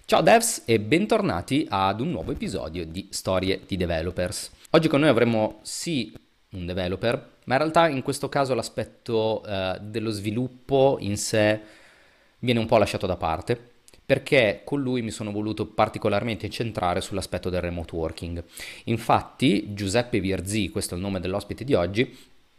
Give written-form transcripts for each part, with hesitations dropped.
Ciao devs e bentornati ad un nuovo episodio di Storie di Developers. Oggi con noi avremo sì un developer, ma in realtà in questo caso l'aspetto dello sviluppo in sé viene un po' lasciato da parte, perché con lui mi sono voluto particolarmente centrare sull'aspetto del remote working. Infatti Giuseppe Virzì, questo è il nome dell'ospite di oggi,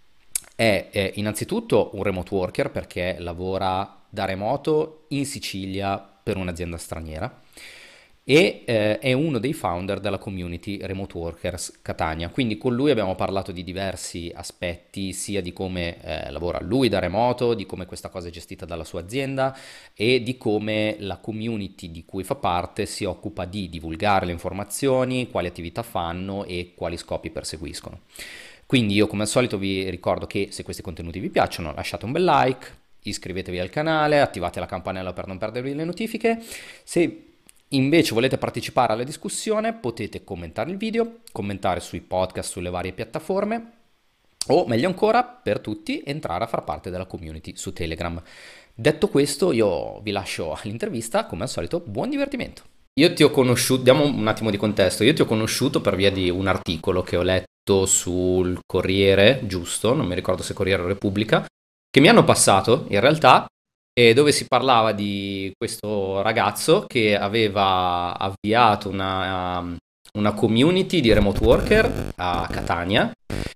è innanzitutto un remote worker perché lavora da remoto in Sicilia per un'azienda straniera e è uno dei founder della community Remote Workers Catania. Quindi con lui abbiamo parlato di diversi aspetti, sia di come lavora lui da remoto, di come questa cosa è gestita dalla sua azienda e di come la community di cui fa parte si occupa di divulgare le informazioni, quali attività fanno e quali scopi perseguiscono. Quindi io come al solito vi ricordo che se questi contenuti vi piacciono lasciate un bel like, iscrivetevi al canale, attivate la campanella per non perdervi le notifiche. Se invece volete partecipare alla discussione potete commentare il video, commentare sui podcast sulle varie piattaforme o meglio ancora per tutti entrare a far parte della community su Telegram. Detto questo io vi lascio all'intervista, come al solito buon divertimento. Io ti ho conosciuto, diamo un attimo di contesto, io ti ho conosciuto per via di un articolo che ho letto sul Corriere, giusto? Non mi ricordo se Corriere o Repubblica, che mi hanno passato in realtà, e dove si parlava di questo ragazzo che aveva avviato una community di remote worker a Catania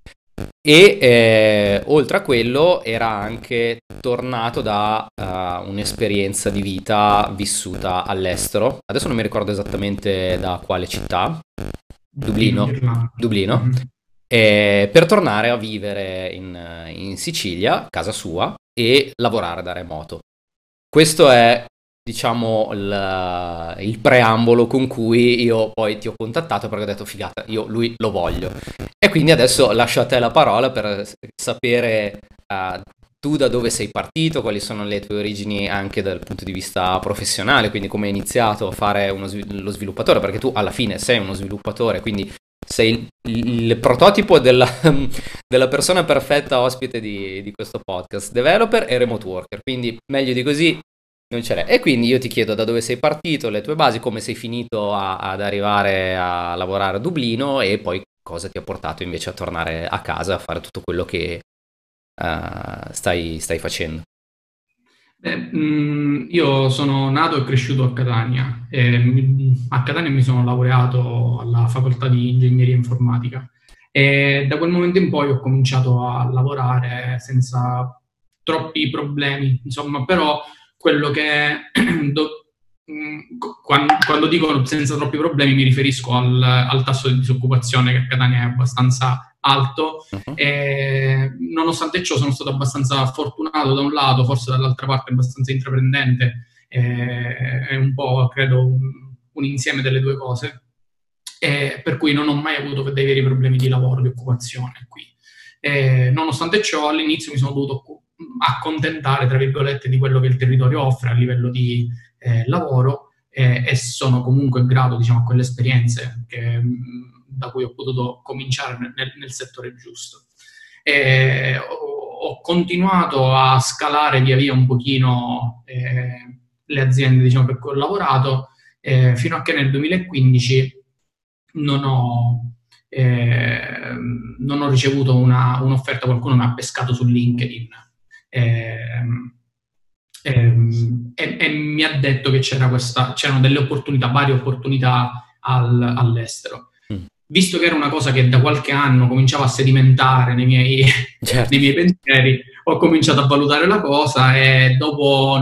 e oltre a quello era anche tornato da un'esperienza di vita vissuta all'estero. Adesso non mi ricordo esattamente da quale città, Dublino, Dublino, Irlanda. Dublino, Mhm. per tornare a vivere in Sicilia, casa sua, e lavorare da remoto. Questo è, diciamo, il preambolo con cui io poi ti ho contattato perché ho detto, figata, io lui lo voglio. E quindi adesso lascio a te la parola per sapere tu da dove sei partito, quali sono le tue origini anche dal punto di vista professionale, quindi come hai iniziato a fare lo sviluppatore, perché tu alla fine sei uno sviluppatore, quindi sei il prototipo della persona perfetta ospite di questo podcast, developer e remote worker, quindi meglio di così non ce l'è. E quindi io ti chiedo da dove sei partito, le tue basi, come sei finito ad arrivare a lavorare a Dublino e poi cosa ti ha portato invece a tornare a casa a fare tutto quello che stai facendo. Io sono nato e cresciuto a Catania. A Catania mi sono laureato alla facoltà di ingegneria informatica e da quel momento in poi ho cominciato a lavorare senza troppi problemi, insomma, però quello che quando dico senza troppi problemi mi riferisco al tasso di disoccupazione che a Catania è abbastanza alto. Mhm. E, nonostante ciò sono stato abbastanza fortunato da un lato, forse dall'altra parte abbastanza intraprendente, è un po' credo un insieme delle due cose, per cui non ho mai avuto dei veri problemi di lavoro, di occupazione qui. Nonostante ciò all'inizio mi sono dovuto accontentare, tra virgolette, di quello che il territorio offre a livello di lavoro, e sono comunque grato, diciamo, a quelle esperienze da cui ho potuto cominciare nel settore giusto. Ho continuato a scalare via via un pochino le aziende, diciamo, per cui ho lavorato, fino a che nel 2015 non ho, non ho ricevuto un'offerta, qualcuno mi ha pescato su LinkedIn e mi ha detto che c'erano delle opportunità, varie opportunità all'estero. Mm. Visto che era una cosa che da qualche anno cominciava a sedimentare nei Certo. miei pensieri, ho cominciato a valutare la cosa e dopo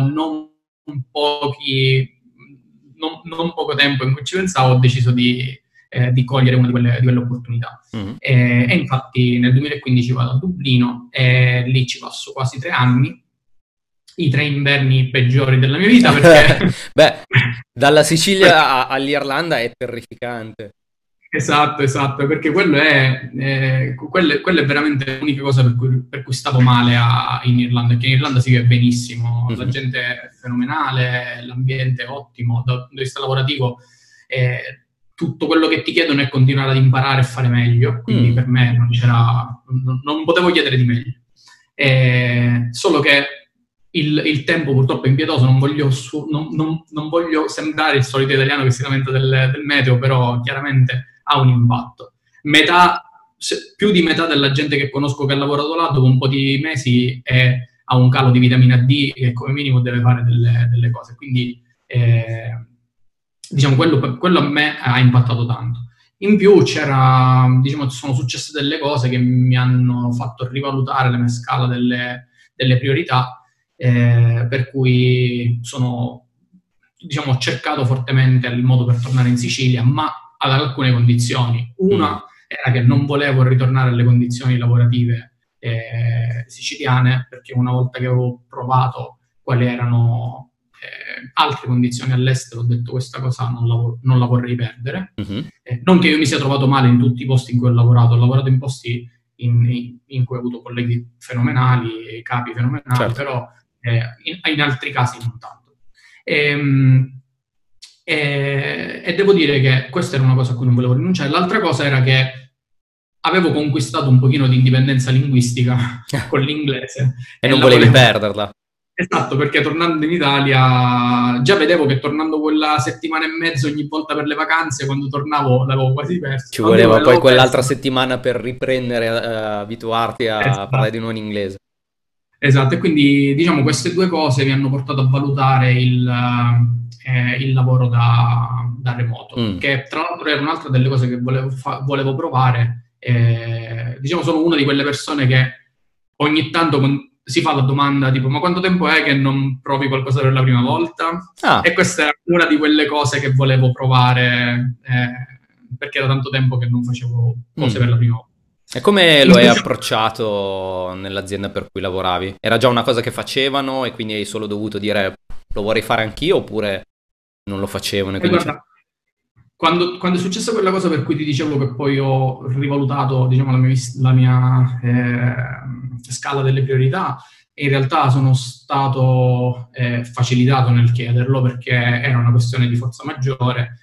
non poco tempo in cui ci pensavo, ho deciso di cogliere una di quelle opportunità. Mhm. E infatti nel 2015 vado a Dublino e lì ci passo quasi 3 anni, i 3 inverni peggiori della mia vita perché Beh, dalla Sicilia all'Irlanda è terrificante. esatto, esatto, perché quella è veramente l'unica cosa per cui stavo male in Irlanda, perché in Irlanda si vive benissimo, la Mhm. gente è fenomenale, l'ambiente è ottimo, dal punto di vista lavorativo tutto quello che ti chiedono è continuare ad imparare e fare meglio, quindi Mm. per me non potevo chiedere di meglio. Solo che il tempo purtroppo è impietoso, non voglio sembrare il solito italiano che si lamenta del meteo, però chiaramente ha un impatto. Più di metà della gente che conosco che ha lavorato là, dopo un po' di mesi ha un calo di vitamina D e come minimo deve fare delle cose. Quindi, diciamo, quello a me ha impattato tanto. In più sono successe delle cose che mi hanno fatto rivalutare la mia scala delle priorità, per cui ho cercato fortemente il modo per tornare in Sicilia, ma ad alcune condizioni. Una era che non volevo ritornare alle condizioni lavorative siciliane, perché una volta che avevo provato quali erano altre condizioni all'estero, ho detto questa cosa non la vorrei perdere. Non che io mi sia trovato male in tutti i posti in cui ho lavorato in posti in cui ho avuto colleghi fenomenali, capi fenomenali, certo. Però in altri casi non tanto. E devo dire che questa era una cosa a cui non volevo rinunciare. L'altra cosa era che avevo conquistato un pochino di indipendenza linguistica con l'inglese. E non volevi perderla. Esatto, perché tornando in Italia già vedevo che tornando quella settimana e mezzo ogni volta per le vacanze, quando tornavo l'avevo quasi persa. Ci voleva poi quell'altra settimana per riprendere, abituarti a parlare di nuovo in inglese. Esatto, e quindi diciamo queste due cose mi hanno portato a valutare il lavoro da remoto, che tra l'altro era un'altra delle cose che volevo provare. Diciamo, sono una di quelle persone che ogni tanto si fa la domanda tipo: ma quanto tempo è che non provi qualcosa per la prima volta? E questa era una di quelle cose che volevo provare, perché era tanto tempo che non facevo cose per la prima volta. E come lo hai approcciato nell'azienda per cui lavoravi? Era già una cosa che facevano e quindi hai solo dovuto dire lo vorrei fare anch'io, oppure non lo facevano? Guarda, quando è successa quella cosa per cui ti dicevo che poi ho rivalutato, diciamo, la mia scala delle priorità, in realtà sono stato facilitato nel chiederlo, perché era una questione di forza maggiore.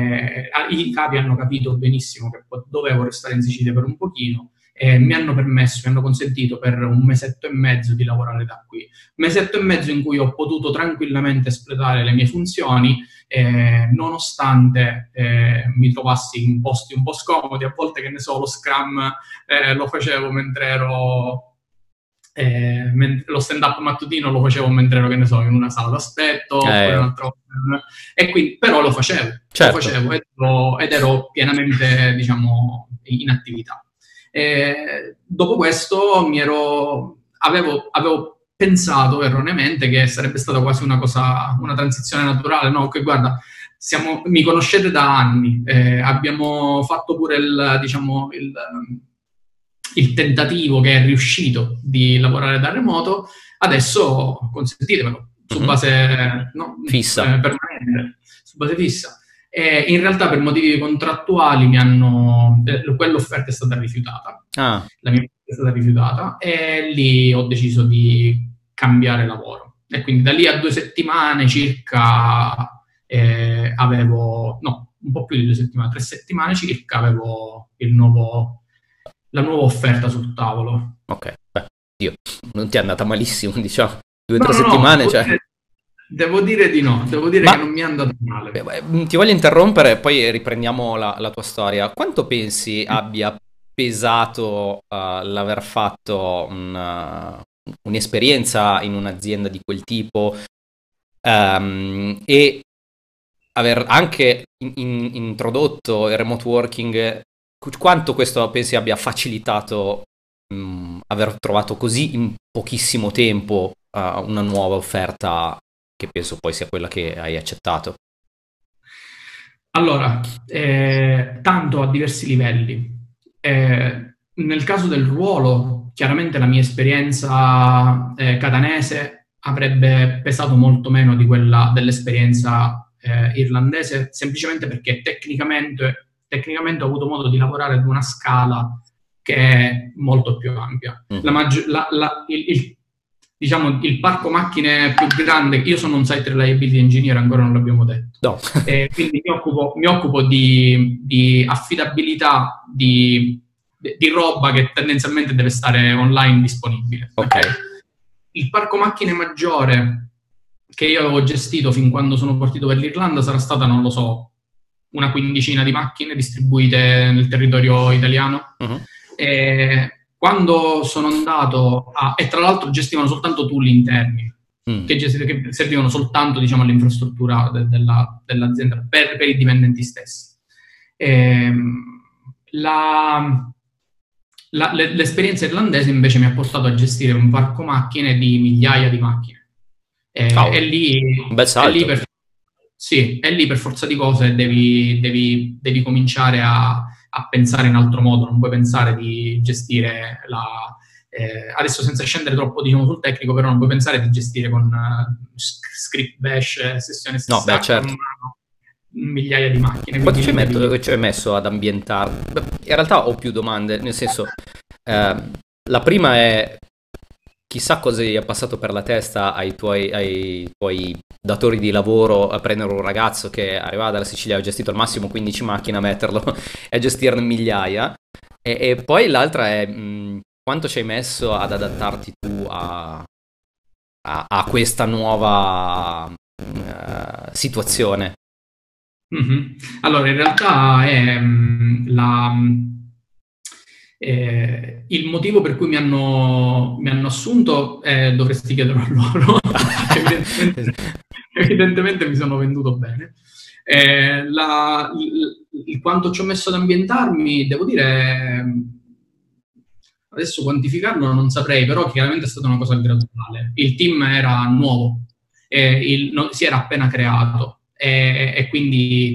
I capi hanno capito benissimo che dovevo restare in Sicilia per un pochino e mi hanno consentito per un mesetto e mezzo di lavorare da qui. Mesetto e mezzo in cui ho potuto tranquillamente espletare le mie funzioni, nonostante mi trovassi in posti un po' scomodi. A volte, che ne so, lo Scrum lo facevo mentre ero lo stand-up mattutino lo facevo mentre ero, che ne so, in una sala d'aspetto, e quindi però lo facevo, certo. Ed ero pienamente, diciamo, in attività. Dopo questo avevo pensato erroneamente che sarebbe stata quasi una transizione naturale, no? Che guarda, mi conoscete da anni, abbiamo fatto pure il tentativo, che è riuscito, di lavorare da remoto. Adesso consentitemelo su base fissa, permanente, su base fissa. E in realtà per motivi contrattuali quell'offerta è stata rifiutata. La mia offerta è stata rifiutata e lì ho deciso di cambiare lavoro. E quindi da lì a 2 settimane circa un po' più di 2 settimane, 3 settimane circa, avevo la nuova offerta sul tavolo. Ok, non ti è andata malissimo, diciamo. 2 o 3 settimane, cioè. Devo dire di no, che non mi è andata male. Ti voglio interrompere, poi riprendiamo la tua storia. Quanto pensi abbia pesato l'aver fatto un'esperienza in un'azienda di quel tipo, e aver anche introdotto il remote working? Quanto questo pensi abbia facilitato aver trovato così in pochissimo tempo una nuova offerta, che penso poi sia quella che hai accettato? Allora, tanto a diversi livelli. Nel caso del ruolo, chiaramente la mia esperienza catanese avrebbe pesato molto meno di quella dell'esperienza irlandese, semplicemente perché tecnicamente ho avuto modo di lavorare ad una scala che è molto più ampia. Il parco macchine più grande, io sono un site reliability engineer, ancora non l'abbiamo detto. No. Quindi mi occupo di affidabilità di roba che tendenzialmente deve stare online disponibile. Ok. il parco macchine maggiore che io avevo gestito fin quando sono partito per l'Irlanda sarà stata, non lo so, una quindicina di macchine distribuite nel territorio italiano. Mhm. E quando sono andato e tra l'altro gestivano soltanto tool interni, Mm. che servivano soltanto, diciamo, all'infrastruttura dell'azienda per i dipendenti stessi. Ehm, l'esperienza irlandese invece mi ha portato a gestire un parco macchine di migliaia di macchine. E Cavolo, un bel è lì salto. per, sì, è lì per forza di cose devi cominciare a pensare in altro modo, non puoi pensare di gestire adesso senza scendere troppo, diciamo, sul tecnico, però non puoi pensare di gestire con script bash, sessione No, beh, SSH, certo. migliaia di macchine, Quanto quindi ci hai messo ad ambientarti? Beh, in realtà ho più domande, nel senso, la prima è chissà cosa gli è passato per la testa ai tuoi datori di lavoro a prendere un ragazzo che arrivava dalla Sicilia, ha gestito al massimo 15 macchine, a metterlo e a gestirne migliaia. E poi l'altra è quanto ci hai messo ad adattarti tu a questa nuova situazione? Mhm. Allora, in realtà il motivo per cui mi hanno assunto dovresti chiederlo a loro. evidentemente, evidentemente mi sono venduto bene. Il quanto ci ho messo ad ambientarmi, devo dire, adesso quantificarlo non saprei, però chiaramente è stata una cosa graduale. Il team era nuovo, si era appena creato e quindi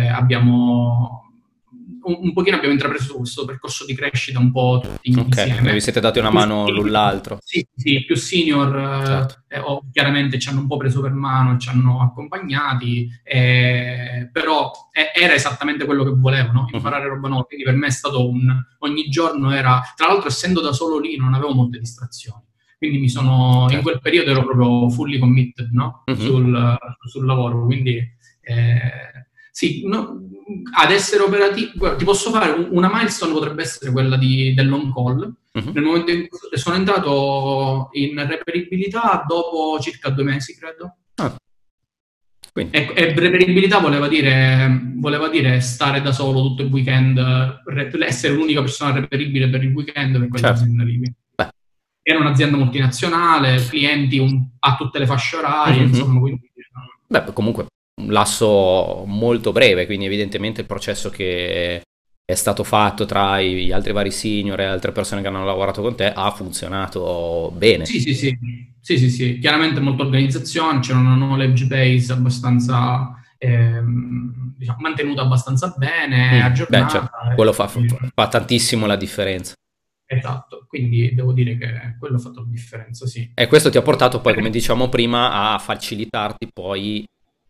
un pochino abbiamo intrapreso questo percorso di crescita un po' tutti Ok, e vi insieme. siete dati una Più mano l'un senior, l'altro. sì, sì, più senior Certo. chiaramente ci hanno un po' preso per mano, ci hanno accompagnati, però era esattamente quello che volevo, no? Mhm. Imparare roba nuova. Quindi per me è stato ogni giorno era, tra l'altro essendo da solo lì non avevo molte distrazioni. Quindi in Certo. quel periodo ero proprio fully committed, no? Mhm. sul lavoro. Quindi sì, ad essere operativo, guarda, ti posso fare una milestone, potrebbe essere quella dell'on call. Mhm. Nel momento in cui sono entrato in reperibilità dopo circa 2 mesi, credo. Ah, quindi, E reperibilità voleva dire stare da solo tutto il weekend, essere l'unica persona reperibile per il weekend per certo. quell'azienda lì. Beh. Era un'azienda multinazionale, clienti a tutte le fasce orarie, Mhm. insomma, quindi Beh, comunque un lasso molto breve, quindi evidentemente il processo che è stato fatto tra gli altri vari senior e altre persone che hanno lavorato con te ha funzionato bene. sì, sì, sì, sì, sì, sì. Chiaramente molta organizzazione, c'era una knowledge base abbastanza, diciamo, mantenuta abbastanza bene, Beh, cioè, aggiornata. quello fa tantissimo la differenza. Esatto, quindi devo dire che quello ha fatto la differenza, sì. E questo ti ha portato poi, come diciamo prima, a facilitarti poi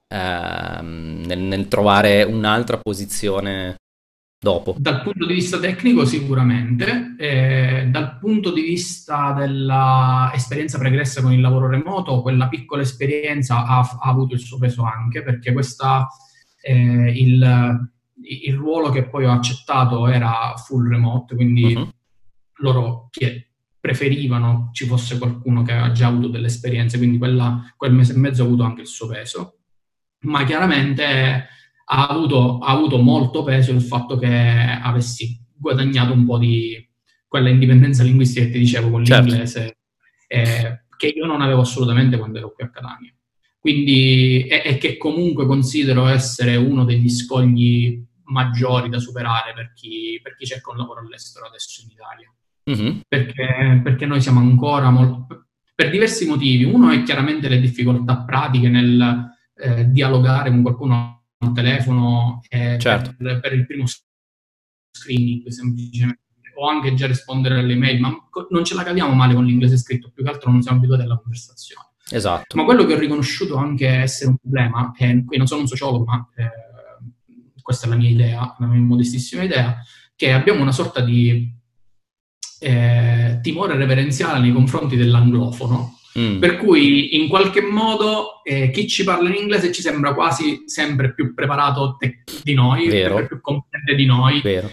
nel trovare un'altra posizione dopo. Dal punto di vista tecnico sicuramente, dal punto di vista dell'esperienza pregressa con il lavoro remoto, quella piccola esperienza ha avuto il suo peso anche, perché il ruolo che poi ho accettato era full remote, Mhm. quindi loro preferivano ci fosse qualcuno che aveva già avuto delle esperienze, quindi quel mese e mezzo ha avuto anche il suo peso, ma chiaramente ha avuto molto peso il fatto che avessi guadagnato un po' di quella indipendenza linguistica che ti dicevo con Certo. l'inglese, che io non avevo assolutamente quando ero qui a Catania. Quindi, e che comunque considero essere uno degli scogli maggiori da superare per chi cerca un lavoro all'estero adesso in Italia. Mhm. Perché noi siamo ancora molto. Per diversi motivi. Uno è chiaramente le difficoltà pratiche nel dialogare con qualcuno al telefono Certo. per il primo screening, semplicemente, o anche già rispondere alle email, ma non ce la caviamo male con l'inglese scritto, più che altro non siamo abituati alla conversazione. Esatto. Ma quello che ho riconosciuto anche essere un problema, e qui non sono un sociologo, ma questa è la mia idea, la mia modestissima idea, che abbiamo una sorta di timore reverenziale nei confronti dell'anglofono, Mm. per cui in qualche modo chi ci parla in inglese ci sembra quasi sempre più preparato di noi, sempre Vero, più competente di noi, vero,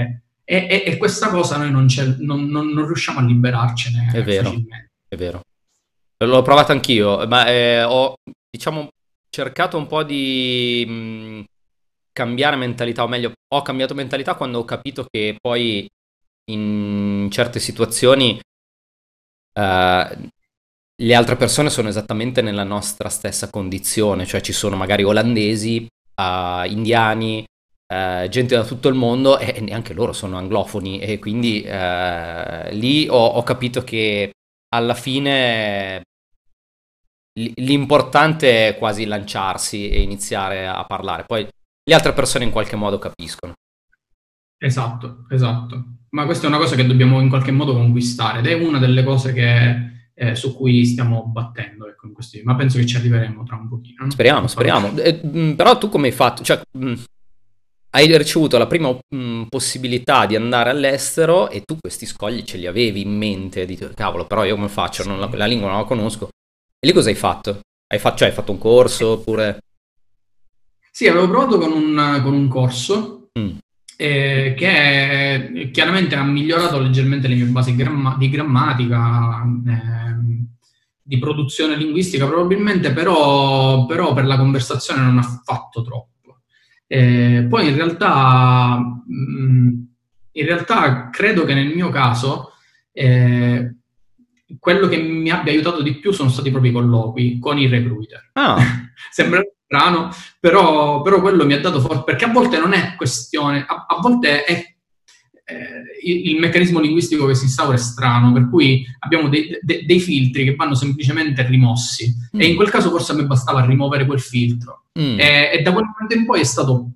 e questa cosa noi non riusciamo a è liberarcene vero, facilmente. è vero. L'ho provato anch'io, ma ho, diciamo, cercato un po' di cambiare mentalità, o meglio, ho cambiato mentalità quando ho capito che poi in certe situazioni eh, le altre persone sono esattamente nella nostra stessa condizione, cioè ci sono magari olandesi, indiani, gente da tutto il mondo e neanche loro sono anglofoni e quindi lì ho capito che alla fine l'importante è quasi lanciarsi e iniziare a parlare, poi le altre persone in qualche modo capiscono. Esatto, esatto. Ma questa è una cosa che dobbiamo in qualche modo conquistare ed è una delle cose su cui stiamo battendo, ecco, in questi, ma penso che ci arriveremo tra un pochino, no? Speriamo, speriamo. Però tu come hai fatto? Cioè, hai ricevuto la prima possibilità di andare all'estero e tu questi scogli ce li avevi in mente, di cavolo, però io come faccio? Sì. La lingua non la conosco. E lì cosa hai fatto? Cioè, hai fatto un corso oppure... Sì, avevo provato con un corso Mm, che chiaramente ha migliorato leggermente le mie basi di grammatica, di produzione linguistica probabilmente, però per la conversazione non ha fatto troppo. Poi in realtà credo che nel mio caso eh, quello che mi abbia aiutato di più sono stati proprio i colloqui con i recruiter. Ah, Sembra strano, però quello mi ha dato forza, perché a volte non è questione, a volte è il meccanismo linguistico che si instaura è strano, per cui abbiamo dei filtri che vanno semplicemente rimossi e in mm, quel caso forse a me bastava rimuovere quel filtro. mm, E da quel momento in poi è stato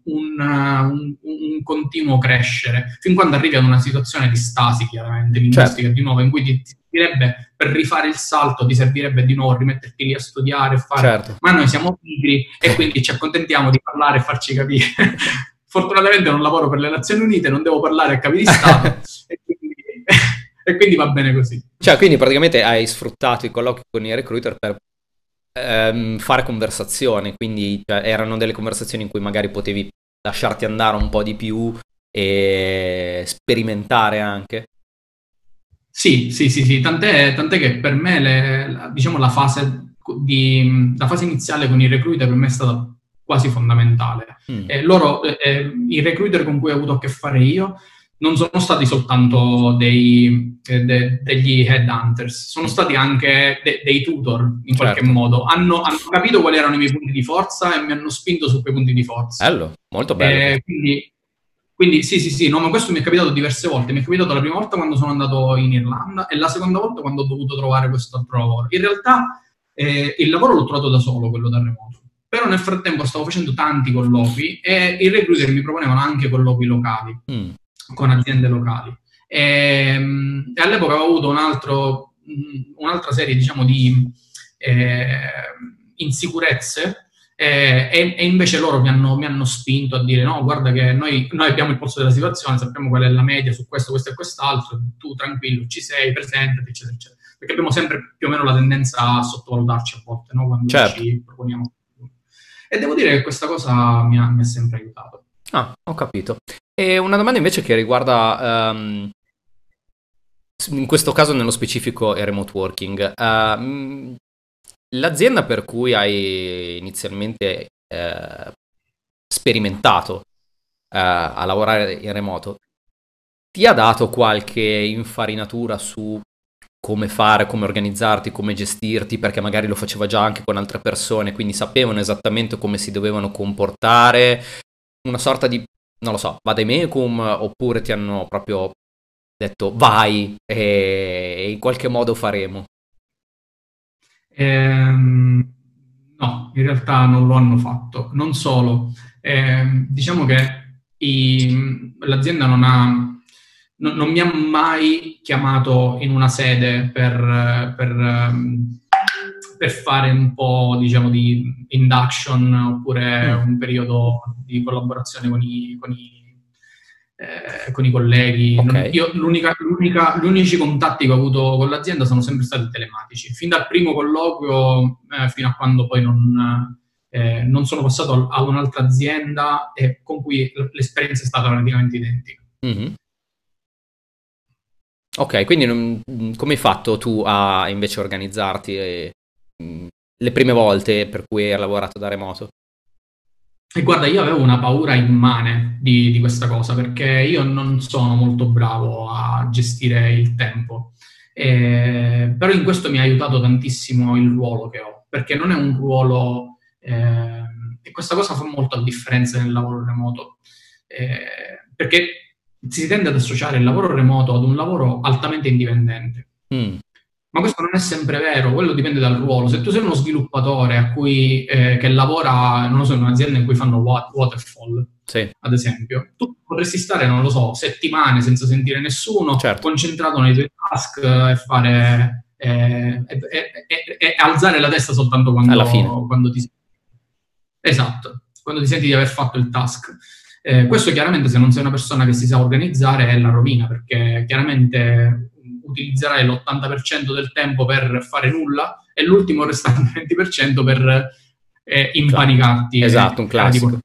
un continuo crescere, fin quando arrivi ad una situazione di stasi, chiaramente, certo, linguistica, di nuovo, in cui ti servirebbe, per rifare il salto, ti servirebbe di nuovo rimetterti lì a studiare e fare, certo. ma noi siamo pigri e quindi ci accontentiamo di parlare e farci capire. Fortunatamente non lavoro per le Nazioni Unite, non devo parlare a capi di Stato e quindi, e quindi va bene così. Cioè, quindi praticamente hai sfruttato i colloqui con i recruiter per fare conversazioni, quindi cioè, erano delle conversazioni in cui magari potevi lasciarti andare un po' di più e sperimentare anche. Sì, sì, sì, sì, tant'è che per me diciamo, la fase iniziale con i recruiter per me è stata quasi fondamentale. Mm, I recruiter con cui ho avuto a che fare io non sono stati soltanto degli headhunters, sono stati anche dei tutor in qualche certo, modo. Hanno capito quali erano i miei punti di forza e mi hanno spinto su quei punti di forza. bello, molto bello questo. Quindi sì, sì, sì, no, ma questo mi è capitato diverse volte. Mi è capitato la prima volta quando sono andato in Irlanda e la seconda volta quando ho dovuto trovare questo altro lavoro. In realtà il lavoro l'ho trovato da solo, quello da remoto. Però nel frattempo stavo facendo tanti colloqui e i recruiter mi proponevano anche colloqui locali, Mm, con aziende locali. E all'epoca avevo avuto un'altra serie, diciamo, di eh, insicurezze e invece loro mi hanno spinto a dire no, guarda che noi abbiamo il polso della situazione, sappiamo qual è la media su questo, questo e quest'altro, tu tranquillo, ci sei, presentati, eccetera, eccetera. Perché abbiamo sempre più o meno la tendenza a sottovalutarci a volte, no? Quando certo. ci proponiamo. E devo dire che questa cosa mi ha sempre aiutato. Ah, ho capito. E una domanda invece che riguarda, in questo caso nello specifico il remote working. L'azienda per cui hai inizialmente sperimentato a lavorare in remoto, ti ha dato qualche infarinatura su come fare, come organizzarti, come gestirti, perché magari lo faceva già anche con altre persone, quindi sapevano esattamente come si dovevano comportare, una sorta di, non lo so, vademecum, oppure ti hanno proprio detto vai e in qualche modo faremo. No, in realtà non lo hanno fatto. Non solo, diciamo che l'azienda non mi ha mai chiamato in una sede per fare un po', diciamo, di induction oppure Mm, un periodo di collaborazione con i colleghi. ok, Gli unici contatti che ho avuto con l'azienda sono sempre stati telematici, fin dal primo colloquio fino a quando poi non sono passato a un'altra azienda con cui l'esperienza è stata praticamente identica. mhm. Ok, quindi come hai fatto tu a invece organizzarti? le prime volte per cui hai lavorato da remoto? E guarda, io avevo una paura immane di questa cosa perché io non sono molto bravo a gestire il tempo. Però in questo mi ha aiutato tantissimo il ruolo che ho, perché non è un ruolo, e questa cosa fa molto la differenza nel lavoro remoto, perché si tende ad associare il lavoro remoto ad un lavoro altamente indipendente. Mm, Ma questo non è sempre vero, quello dipende dal ruolo. Se tu sei uno sviluppatore che lavora, non lo so, in un'azienda in cui fanno waterfall, sì, ad esempio, tu potresti stare, non lo so, settimane senza sentire nessuno, certo, concentrato nei tuoi task e fare e alzare la testa soltanto alla fine. quando ti senti. Esatto, quando ti senti di aver fatto il task. Questo chiaramente se non sei una persona che si sa organizzare è la rovina, perché chiaramente utilizzerai l'80% del tempo per fare nulla e l'ultimo restante 20% per impanicarti e Esatto, un cercare di classico. portare.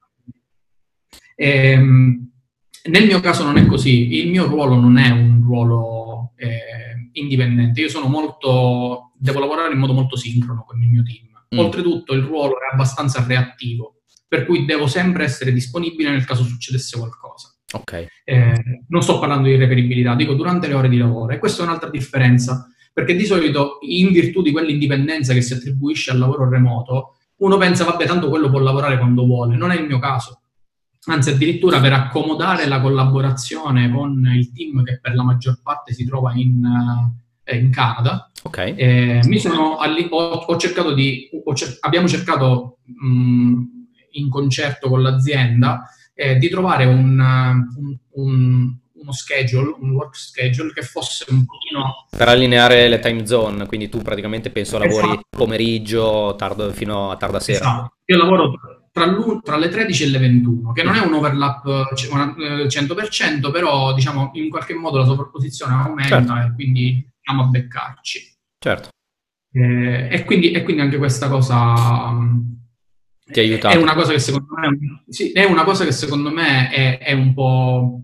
Nel mio caso non è così, il mio ruolo non è un ruolo indipendente, io devo lavorare in modo molto sincrono con il mio team. Mm, Oltretutto il ruolo è abbastanza reattivo, per cui devo sempre essere disponibile nel caso succedesse qualcosa. ok. Non sto parlando di reperibilità, dico durante le ore di lavoro. E questa è un'altra differenza, perché di solito, in virtù di quell'indipendenza che si attribuisce al lavoro remoto, uno pensa, vabbè, tanto quello può lavorare quando vuole. Non è il mio caso. Anzi, addirittura per accomodare la collaborazione con il team che per la maggior parte si trova in Canada, Ok, abbiamo cercato in concerto con l'azienda di trovare uno schedule, un work schedule che fosse un pochino. per allineare le time zone, quindi tu praticamente penso lavori Esatto, pomeriggio tardo, fino a tarda sera. esatto. Io lavoro tra le 13 e le 21, che non è Mhm. un overlap 100%, però diciamo in qualche modo la sovrapposizione Certo, aumenta e quindi andiamo a beccarci. certo, E quindi anche questa cosa ti ha è aiutato. una cosa che secondo me, sì, è una cosa che secondo me è un po'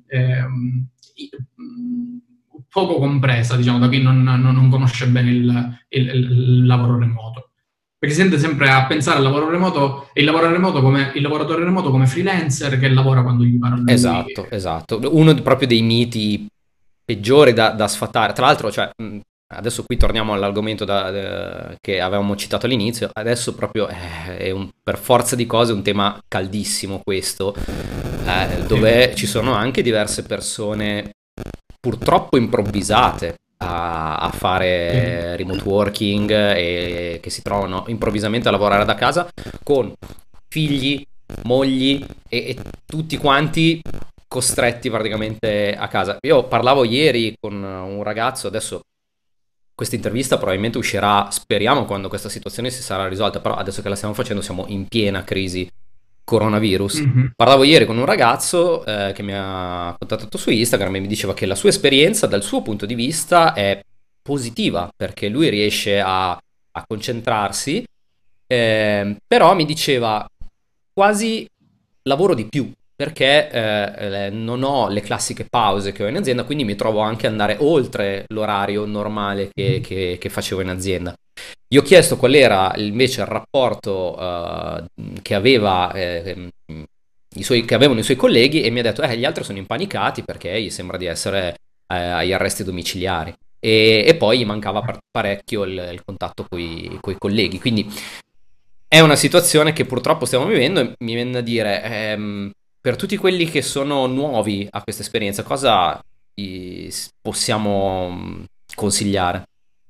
poco compresa, diciamo, da chi non conosce bene il lavoro remoto. Perché si tende sempre a pensare al lavoro remoto e il lavoratore remoto come freelancer che lavora quando gli pare a lui. Esatto, esatto. Uno proprio dei miti peggiori da sfatare. Tra l'altro, cioè, adesso qui torniamo all'argomento che avevamo citato all'inizio. Adesso proprio per forza di cose un tema caldissimo questo, dove ci sono anche diverse persone purtroppo improvvisate a Sì. fare remote working e che si trovano improvvisamente a lavorare da casa con figli, mogli e tutti quanti costretti praticamente a casa. Io parlavo ieri con un ragazzo, adesso questa intervista probabilmente uscirà, speriamo, quando questa situazione si sarà risolta, però adesso che la stiamo facendo siamo in piena crisi coronavirus. Mhm. Parlavo ieri con un ragazzo che mi ha contattato su Instagram e mi diceva che la sua esperienza dal suo punto di vista è positiva perché lui riesce a concentrarsi, però mi diceva quasi lavoro di più perché non ho le classiche pause che ho in azienda, quindi mi trovo anche ad andare oltre l'orario normale che facevo in azienda. Gli ho chiesto qual era invece il rapporto che aveva, che avevano i suoi colleghi e mi ha detto gli altri sono impanicati perché gli sembra di essere agli arresti domiciliari e poi gli mancava parecchio il contatto con i colleghi. Quindi è una situazione che purtroppo stiamo vivendo e mi viene da dire, per tutti quelli che sono nuovi a questa esperienza, cosa possiamo consigliare?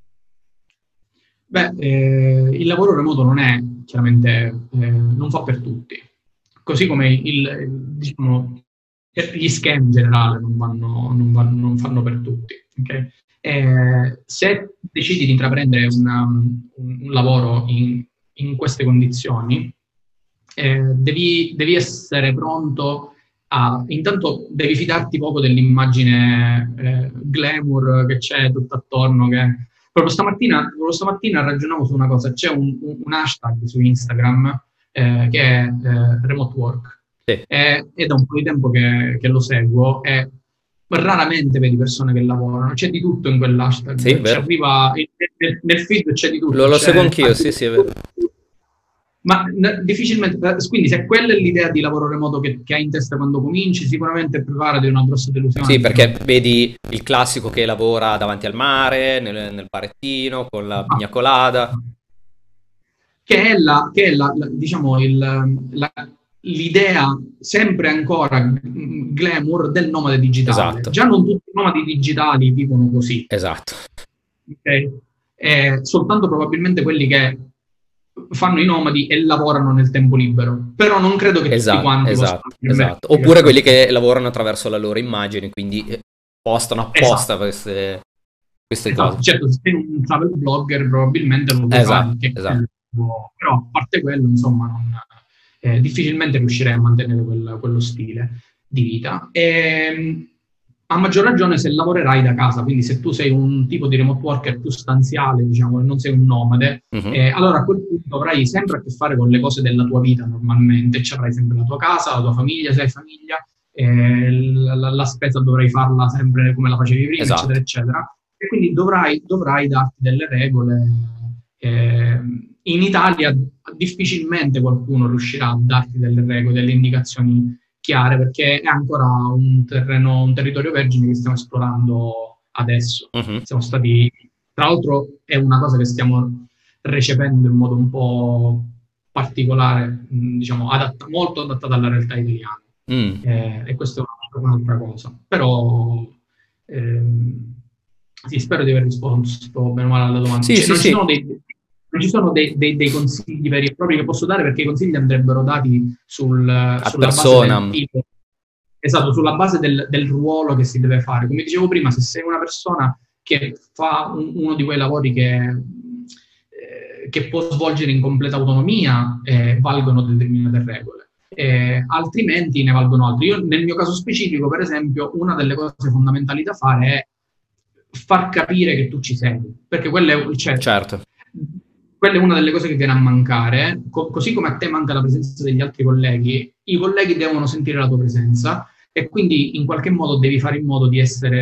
Beh, il lavoro remoto non è chiaramente, non fa per tutti, così come diciamo, gli schemi in generale non fanno per tutti. Ok? Se decidi di intraprendere un lavoro in queste condizioni, devi essere pronto intanto devi fidarti poco dell'immagine glamour che c'è tutto attorno, proprio stamattina ragionavo su una cosa, c'è un hashtag su Instagram che è remote work Sì. e da un po' di tempo che lo seguo e raramente vedi persone che lavorano, c'è di tutto in Sì, quell'hashtag, ci vero. arriva nel feed c'è di tutto, Lo seguo c'è anch'io, sì, sì, è vero. ma difficilmente, quindi se quella è l'idea di lavoro remoto che hai in testa quando cominci, sicuramente preparati a una grossa delusione Sì, perché perché non... vedi il classico che lavora davanti al mare, nel barettino, con la pigna colada. diciamo, l'idea sempre ancora glamour del nomade digitale. Esatto, Già non tutti i nomadi digitali vivono così, esatto, ok? Soltanto probabilmente quelli che fanno i nomadi e lavorano nel tempo libero, però non credo che tutti quanti possano esatto. permettersi Oppure questa quelli cosa. che lavorano attraverso la loro immagine, quindi postano apposta Esatto. queste cose. Esatto, certo, se sei un travel blogger probabilmente lo puoi fare, Esatto, perché esatto. però a parte quello, insomma, difficilmente riuscirei a mantenere quello stile di vita. A maggior ragione se lavorerai da casa, quindi se tu sei un tipo di remote worker più stanziale, diciamo, e non sei un nomade, Mhm. allora a quel punto avrai sempre a che fare con le cose della tua vita normalmente, ci avrai sempre la tua casa, la tua famiglia, se hai famiglia, la spesa dovrai farla sempre come la facevi prima, eccetera, Esatto. eccetera. E quindi dovrai darti delle regole. Eh, In Italia difficilmente qualcuno riuscirà a darti delle regole, delle indicazioni chiare, perché è ancora un territorio vergine che stiamo esplorando adesso. Mhm. Siamo stati, tra l'altro, è una cosa che stiamo recependo in modo un po' particolare, diciamo, molto adattata alla realtà italiana. Mm. E questa è un'altra cosa. Però ehm, sì, spero di aver risposto bene o male alla domanda. Sì, Cioè, sì, non ci sì, sono non ci sono dei consigli veri e propri che posso dare perché i consigli andrebbero dati ad sulla base del personam. tipo, esatto, sulla base del ruolo che si deve fare. Come dicevo prima, se sei una persona che fa uno di quei lavori che può svolgere in completa autonomia, valgono determinate regole. Altrimenti ne valgono altre. Io, nel mio caso specifico, per esempio, una delle cose fondamentali da fare è far capire che tu ci sei, perché Certo. quella è una delle cose che viene a mancare, così come a te manca la presenza degli altri colleghi, i colleghi devono sentire la tua presenza e quindi in qualche modo devi fare in modo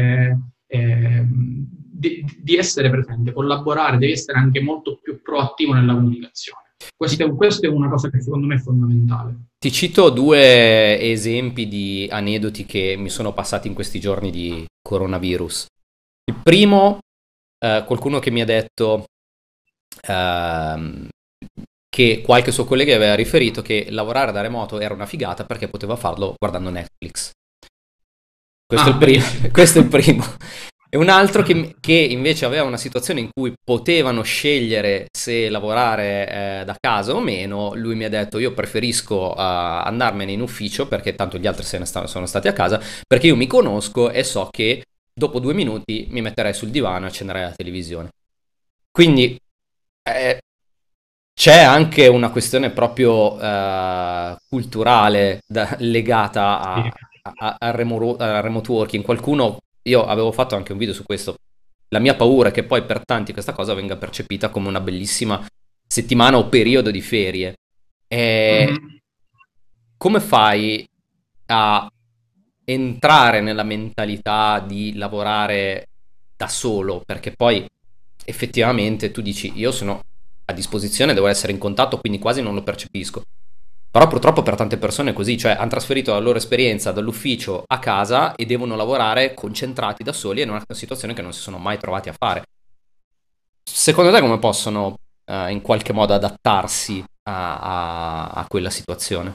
di essere presente, collaborare, devi essere anche molto più proattivo nella comunicazione. Ti, Questa è una cosa che secondo me è fondamentale. ti cito due esempi di aneddoti che mi sono passati in questi giorni di coronavirus. Il primo, qualcuno che mi ha detto ehm, che qualche suo collega aveva riferito che lavorare da remoto era una figata perché poteva farlo guardando Netflix. Questo è Ah, il primo. bellissimo. Questo è il primo. E un altro che invece aveva una situazione in cui potevano scegliere se lavorare da casa o meno, lui mi ha detto io preferisco andarmene in ufficio perché tanto gli altri sono stati a casa, perché io mi conosco e so che dopo 2 minuti mi metterei sul divano e accenderei la televisione. Quindi eh, c'è anche una questione proprio culturale legata Sì. al remote working. Qualcuno, io avevo fatto anche un video su questo. La mia paura è che poi per tanti questa cosa venga percepita come una bellissima settimana o periodo di ferie. E Mhm. come fai a entrare nella mentalità di lavorare da solo? Perché poi effettivamente tu dici io sono a disposizione, devo essere in contatto, quindi quasi non lo percepisco. Però purtroppo per tante persone è così, cioè hanno trasferito la loro esperienza dall'ufficio a casa e devono lavorare concentrati da soli in una situazione che non si sono mai trovati a fare. Secondo te come possono in qualche modo adattarsi a quella situazione?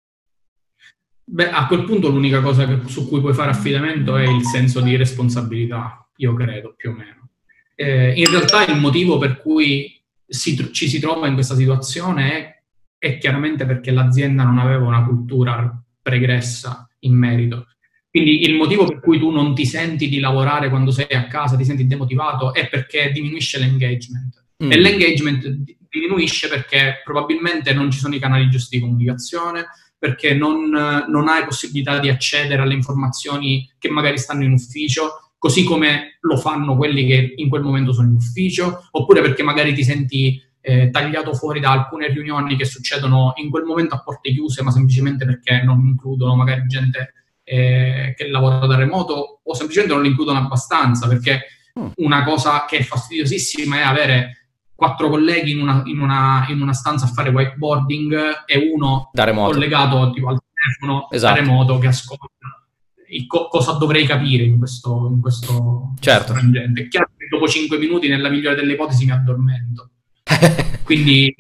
Beh, a quel punto l'unica cosa su cui puoi fare affidamento è il senso di responsabilità, io credo, più o meno. In realtà il motivo per cui ci si trova in questa situazione è chiaramente perché l'azienda non aveva una cultura pregressa in merito. Quindi il motivo per cui tu non ti senti di lavorare quando sei a casa, ti senti demotivato, è perché diminuisce l'engagement. E Mm, l'engagement diminuisce perché probabilmente non ci sono i canali giusti di comunicazione, perché non hai possibilità di accedere alle informazioni che magari stanno in ufficio, così come lo fanno quelli che in quel momento sono in ufficio, oppure perché magari ti senti tagliato fuori da alcune riunioni che succedono in quel momento a porte chiuse, ma semplicemente perché non includono magari gente che lavora da remoto, o semplicemente non lo includono abbastanza, perché una cosa che è fastidiosissima è avere 4 colleghi in una stanza a fare whiteboarding e uno Da remoto. collegato tipo al telefono da Esatto. remoto che ascolta. Cosa dovrei capire in questo Certo. frangente? È chiaro che dopo 5 minuti, nella migliore delle ipotesi, mi addormento. Quindi,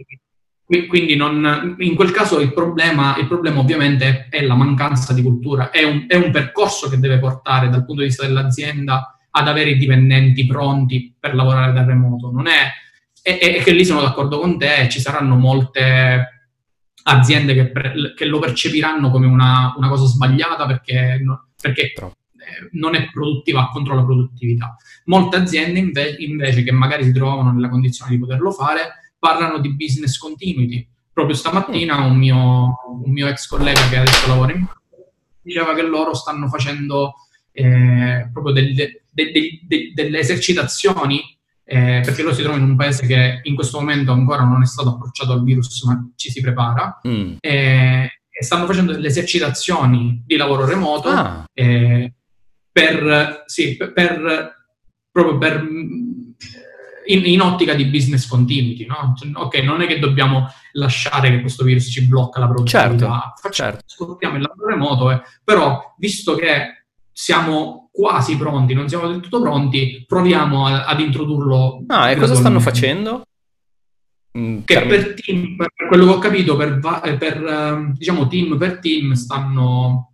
in quel caso il problema ovviamente è la mancanza di cultura, è un percorso che deve portare dal punto di vista dell'azienda ad avere i dipendenti pronti per lavorare da remoto. Non è, e che lì sono d'accordo con te, ci saranno molte aziende che lo percepiranno come una cosa sbagliata perché non è produttiva contro la produttività. Molte aziende invece che magari si trovavano nella condizione di poterlo fare parlano di business continuity. Proprio stamattina un mio ex collega che adesso lavora in diceva che loro stanno facendo proprio delle esercitazioni, perché loro si trovano in un paese che in questo momento ancora non è stato approcciato al virus, ma ci si prepara, e stanno facendo delle esercitazioni di lavoro remoto proprio in ottica di business continuity, no? Ok, non è che dobbiamo lasciare che questo virus ci blocca la produttività, sfruttiamo il lavoro remoto, però visto che siamo quasi pronti, non siamo del tutto pronti, proviamo ad introdurlo. E cosa stanno facendo? Che per team, per quello che ho capito, diciamo team per team stanno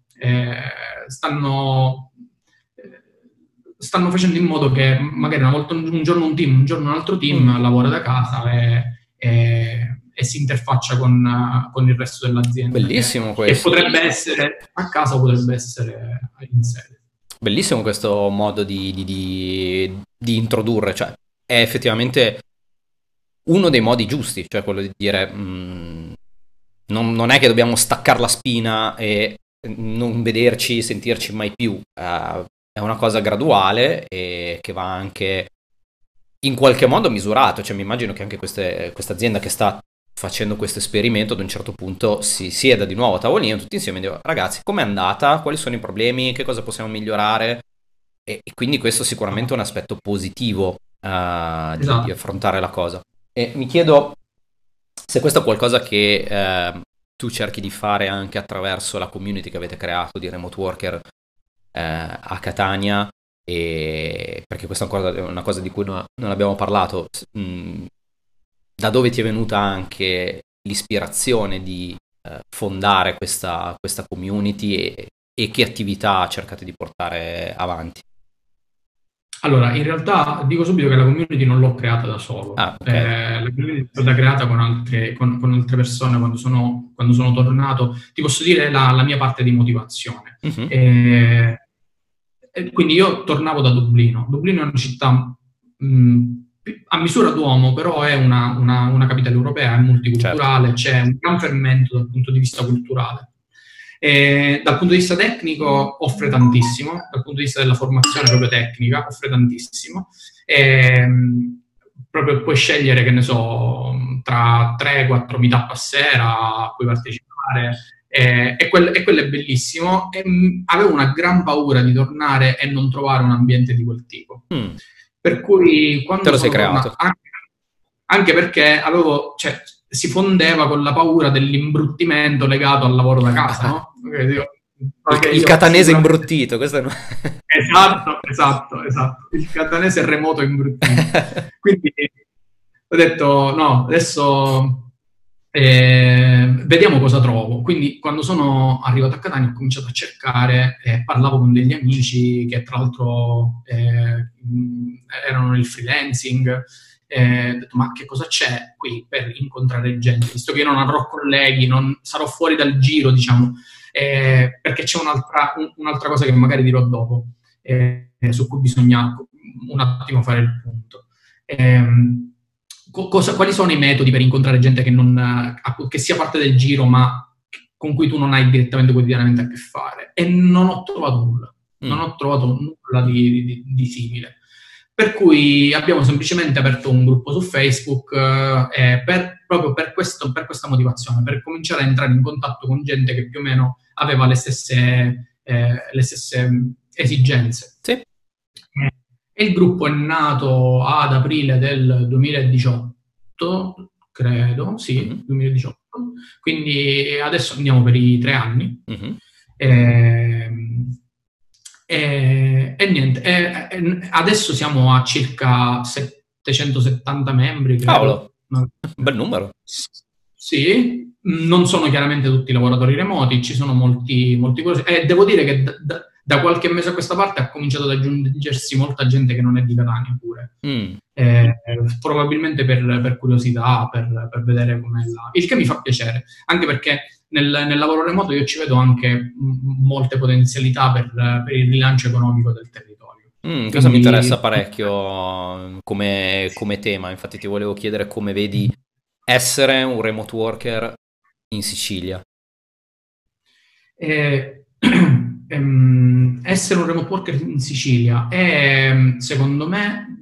facendo in modo che magari una volta un giorno un team, un giorno un altro team lavora da casa e si interfaccia con il resto dell'azienda. Bellissimo che potrebbe essere a casa o potrebbe essere in sede. Bellissimo questo modo di introdurre, cioè è effettivamente uno dei modi giusti, cioè quello di dire non è che dobbiamo staccare la spina e non vederci, sentirci mai più, è una cosa graduale e che va anche in qualche modo misurato, cioè mi immagino che anche questa azienda che sta facendo questo esperimento ad un certo punto si sieda di nuovo a tavolino tutti insieme e dico: ragazzi, com'è andata? Quali sono i problemi? Che cosa possiamo migliorare? E quindi questo sicuramente è un aspetto positivo di affrontare la cosa. E mi chiedo se questo è qualcosa che tu cerchi di fare anche attraverso la community che avete creato di remote worker a Catania, perché questa è una cosa di cui non abbiamo parlato. Da dove ti è venuta anche l'ispirazione di fondare questa community e che attività cercate di portare avanti? Allora, in realtà dico subito che la community non l'ho creata da solo. Okay. La community è stata creata con altre persone quando sono tornato. Ti posso dire la mia parte di motivazione. Quindi io tornavo da Dublino. Dublino è una città a misura d'uomo, però è una capitale europea, è multiculturale, c'è un gran fermento dal punto di vista culturale. Dal punto di vista tecnico offre tantissimo, dal punto di vista della formazione proprio tecnica offre tantissimo, proprio puoi scegliere, che ne so, tra 3-4 meetup a sera a cui partecipare, e quello è bellissimo. Avevo una gran paura di tornare e non trovare un ambiente di quel tipo, per cui quando te lo sei creato, anche perché si fondeva con la paura dell'imbruttimento legato al lavoro da casa, no? Il catanese imbruttito, questo è esatto, il catanese remoto imbruttito. Quindi ho detto no, adesso vediamo cosa trovo. Quindi quando sono arrivato a Catania ho cominciato a cercare, parlavo con degli amici che tra l'altro erano nel freelancing, ho detto: ma che cosa c'è qui per incontrare gente, visto che io non avrò colleghi, non sarò fuori dal giro, diciamo, perché c'è un'altra cosa che magari dirò dopo, su cui bisogna un attimo fare il punto. Quali sono i metodi per incontrare gente che sia parte del giro ma con cui tu non hai direttamente quotidianamente a che fare? E non ho trovato nulla, non ho trovato nulla di simile. Per cui abbiamo semplicemente aperto un gruppo su Facebook proprio per questa motivazione, per cominciare a entrare in contatto con gente che più o meno aveva le stesse le stesse esigenze. Sì. E il gruppo è nato ad aprile del 2018, credo, sì, 2018. Quindi adesso andiamo per i 3 anni. E niente, adesso siamo a circa 770 membri, credo. Cavolo, bel numero. Sì, non sono chiaramente tutti lavoratori remoti, ci sono molti curiosi. E devo dire che da qualche mese a questa parte ha cominciato ad aggiungersi molta gente che non è di Catania pure. Probabilmente per curiosità, per vedere com'è là. Il che mi fa piacere, anche perché nel lavoro remoto io ci vedo anche molte potenzialità per il rilancio economico del territorio. Questo mi interessa parecchio come tema, infatti ti volevo chiedere come vedi essere un remote worker in Sicilia. Essere un remote worker in Sicilia è, secondo me,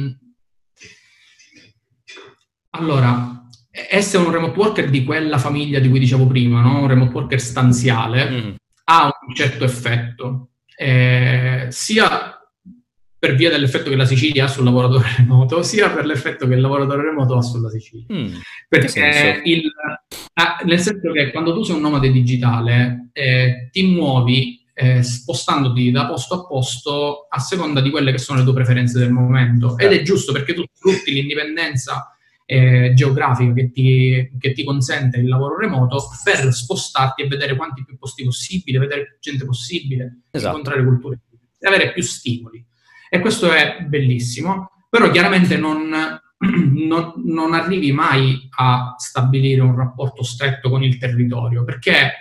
allora, essere un remote worker di quella famiglia di cui dicevo prima, no? Un remote worker stanziale, ha un certo effetto, sia per via dell'effetto che la Sicilia ha sul lavoratore remoto, sia per l'effetto che il lavoratore remoto ha sulla Sicilia. Perché nel senso che quando tu sei un nomade digitale, ti muovi spostandoti da posto a posto a seconda di quelle che sono le tue preferenze del momento. Ed è giusto, perché tu sfrutti l'indipendenza geografica che ti consente il lavoro remoto per spostarti e vedere quanti più posti possibile, vedere più gente possibile, incontrare culture e avere più stimoli. E questo è bellissimo, però chiaramente non arrivi mai a stabilire un rapporto stretto con il territorio, perché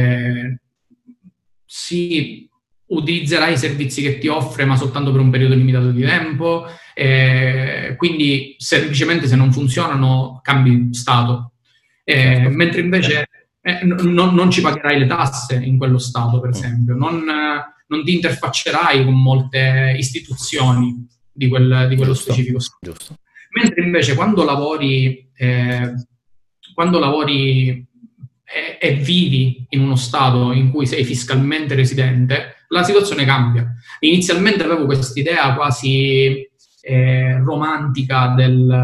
si utilizzerai i servizi che ti offre, ma soltanto per un periodo limitato di tempo, quindi semplicemente se non funzionano cambi stato. Mentre invece non ci pagherai le tasse in quello stato, per esempio, non ti interfaccerai con molte istituzioni di quello specifico stato. Giusto. Mentre invece quando lavori e vivi in uno stato in cui sei fiscalmente residente, la situazione cambia. Inizialmente avevo quest'idea quasi romantica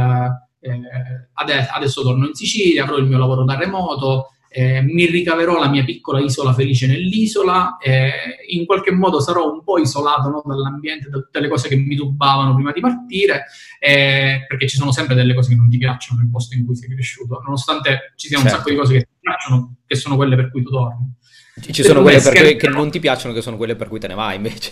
adesso torno in Sicilia, avrò il mio lavoro da remoto, mi ricaverò la mia piccola isola felice nell'isola, in qualche modo sarò un po' isolato, no, dall'ambiente, da tutte le cose che mi turbavano prima di partire, perché ci sono sempre delle cose che non ti piacciono nel posto in cui sei cresciuto, nonostante ci siano un sacco di cose che ti piacciono, che sono quelle per cui tu torni. Ci sono quelle che non ti piacciono, che sono quelle per cui te ne vai invece.